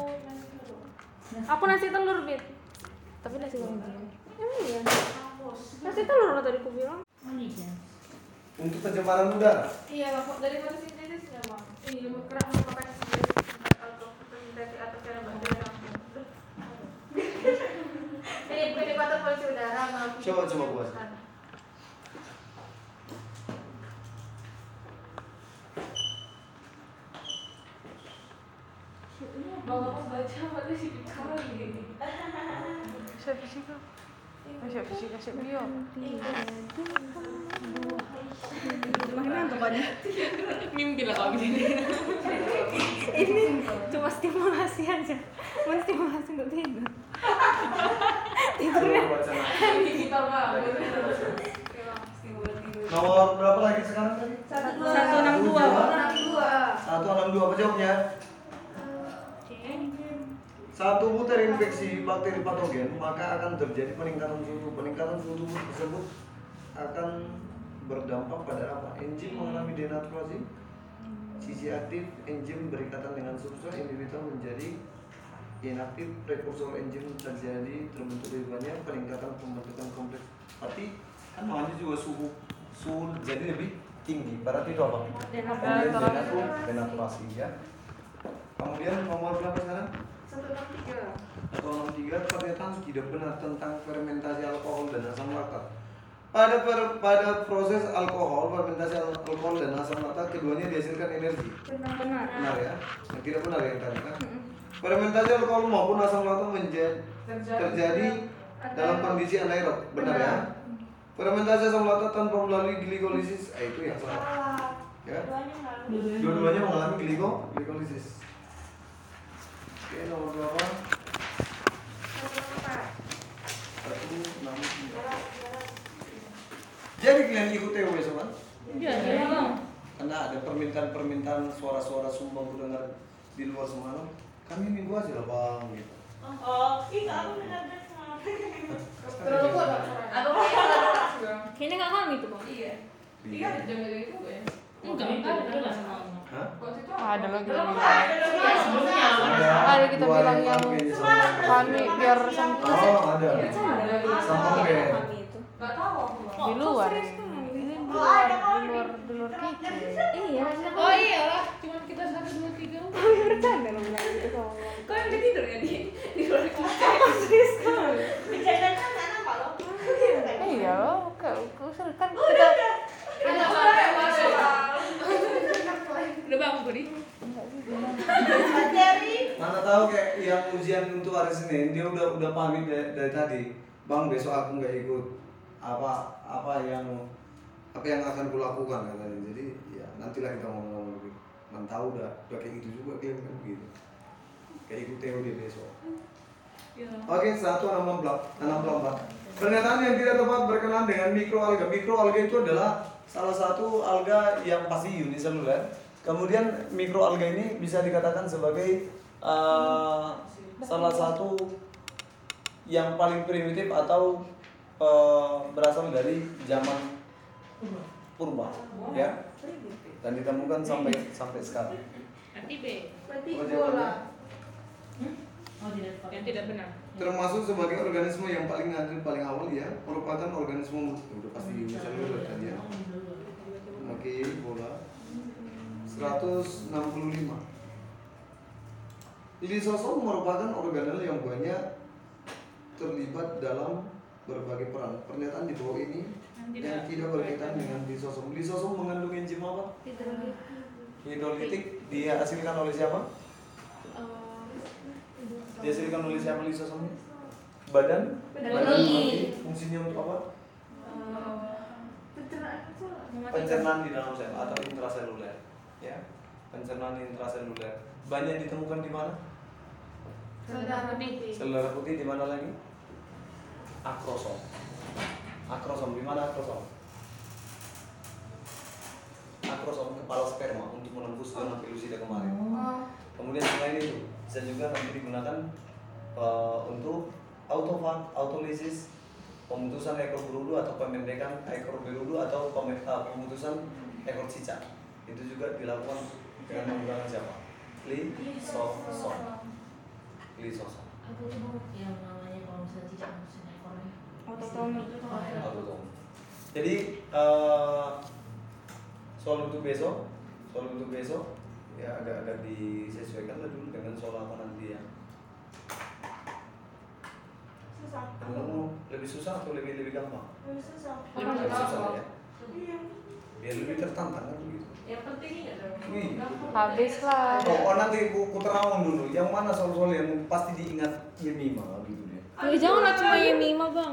aku nasi telur bit tapi nasi goreng emang iya nasi telur lah tadi aku bilang Untuk pencemaran udara. Iya, Bapak, dari fotosintesisnya, Bang. Ini kerap merupakan sintesis atau fermentasi atau fermentasi langsung. Ini penikmatan polusi udara melalui Coba buat. Bang, aku baca pada si kali. Siapa sih kau? Siapa sih kasih bio? makin ngantuk aja Mimpi lah kalau gini. ini cuma stimulasi aja menstimulasi untuk tidur tidurnya Coba baca. Digital banget. Nomor berapa lagi sekarang tadi? 162 162 apa jawabnya? Saat tubuh terinfeksi bakteri patogen, maka akan terjadi peningkatan suhu. Peningkatan suhu tubuh tersebut akan berdampak pada apa? Enzim mengalami denaturasi. Sisi aktif enzim berikatan dengan substrat individu menjadi inaktif. Prekursor enzim terjadi terbentuk banyak peningkatan pembentukan kompleks. Tapi kan makanya juga suhu jadi lebih tinggi. Berarti itu apa? Denaturasi ya. Kemudian nomor berapa sekarang? 163. Atau 63 pernyataan tidak benar tentang fermentasi alkohol dan asam laktat. Pada proses alkohol, fermentasi alkohol dan asam laktat keduanya dihasilkan energi. benar Benar ya? Yang tidak benar yang tadi kan? Fermentasi alkohol maupun asam laktat terjadi dalam kondisi anaerob. Benar ya? Fermentasi asam laktat tanpa melalui glikolisis, itu yang salah. Ya? Dua-duanya mengalami glikolisis. Oke, nomor berapa? 163. Jadi kalian ikut TW besok kan? iya Karena ada permintaan-permintaan suara-suara sumbang ku dengar di luar semalam. Kami minggu aja lah bang gitu. Oh, ih aku benar-benar sama. Terlalu kuat Pak. Atau kayaknya terlalu keras bang. Kayaknya nggak kami tuh bang. Iya. Iya jangan kayak gitu ya. Enggak. Enggak sama. Hah? Kok situ Ada lagi Belum yang ada lagi. Iya, sebelumnya. Ada kita dua bilang yang kayaknya sama. kami biar sama Oh ada. Iya. Sama kayak. Kami itu. Nggak tahu aku bang. di luar. Serius kan? Ini di Oh, ada luar, kok. di luar kiki. Iya, maksudnya Oh iyalah, cuma kita 1, 2, 3. Bercanda lo bilang gitu sama Bang. Kau yang udah tidur ya di luar kelas. serius kan? Bercanda kan nggak nampak loh. Iya loh, kan kita Ada apa ya masuk? Udah bangun tadi? Materi. Mana tahu kayak yang ujian untuk hari Senin dia udah pamit dari tadi. Bang besok aku nggak ikut apa yang akan kulakukan katanya. Jadi ya nantilah kita ngomong lebih. Tahu udah kayak gitu juga kayak kan begitu. Kayak ikut TOD besok. Oke, 164. Pernyataan yang tidak tepat berkenaan dengan mikroalga. Mikroalga itu adalah salah satu alga yang pasti uniseluler. Kemudian mikroalga ini bisa dikatakan sebagai salah satu yang paling primitif atau berasal dari zaman purba, ya. Dan ditemukan sampai sekarang. Nanti B. Berarti Oh, bola. jawabannya. Oh, tidak tepat. Yang tidak benar. Termasuk sebagai organisme yang paling awal ya, merupakan organisme udah pasti uniseluler tadi ya. Oke, bola 165. Lisosom merupakan organel yang banyak terlibat dalam berbagai peran. Pernyataan di bawah ini yang tidak berkaitan dengan lisosom. Lisosom mengandung enzim apa? Hidrolitik. Dihasilkan oleh siapa? Dihasilkan oleh siapa lisosomnya? Badan mati. Fungsinya untuk apa? Pencernaan di dalam sel atau intraseluler, ya. Pencernaan intraseluler. Banyak ditemukan di mana? Sel putih di mana lagi? Akrosom. Akrosom di mana akrosom? Akrosom kepala sperma untuk menembus zona pellucida kemarin. Kemudian selain itu bisa juga nanti digunakan untuk autofag, autolisis, pemutusan ekor berudu atau pemendekan ekor berudu atau pemutusan ekor cicak. Itu juga dilakukan dengan menggunakan siapa? Lisosom. Lisosom. Aku tuh yang namanya kalau misalnya cicak musuhnya ekornya. Ototomi. Autotomi. Jadi soal untuk besok ya agak disesuaikan lah dulu dengan soal apa nanti ya. Susah. Lebih susah atau lebih gampang? Lebih susah. Lebih susah ya. Iya. Biar lebih tertantang kan begitu. Yang penting ini ada. Wih. habis lah. Oh, nanti ku terangkan dulu. Yang mana soal-soal yang pasti diingat Yemima gitu dia. Ya jangan lah cuma yang 5 bang.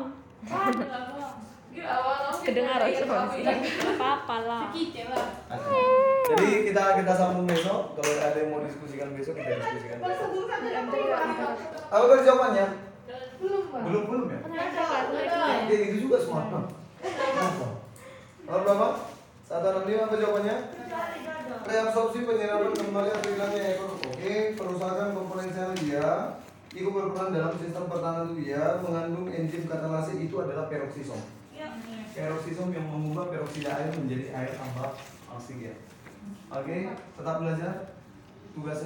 Kedengaran soalnya. Nggak apa-apa lah. Kicet lah. Jadi kita sambung besok. Kalau ada yang mau diskusikan besok kita diskusikan besok. Apa tadi jawabannya? Belum ya? Ya itu juga smart bang. Kenapa? Nomor berapa? 165 apa jawabannya? Reabsorpsi penyerapan kembali atau hilangnya ekor. Oke, perusakan komponen sel dia ikut berperan dalam sistem pertahanan tubuh dia, mengandung enzim katalase itu adalah peroksisom. Peroksisom yang mengubah peroksida air menjadi air tanpa oksigen. Oke, tetap belajar. Tugasnya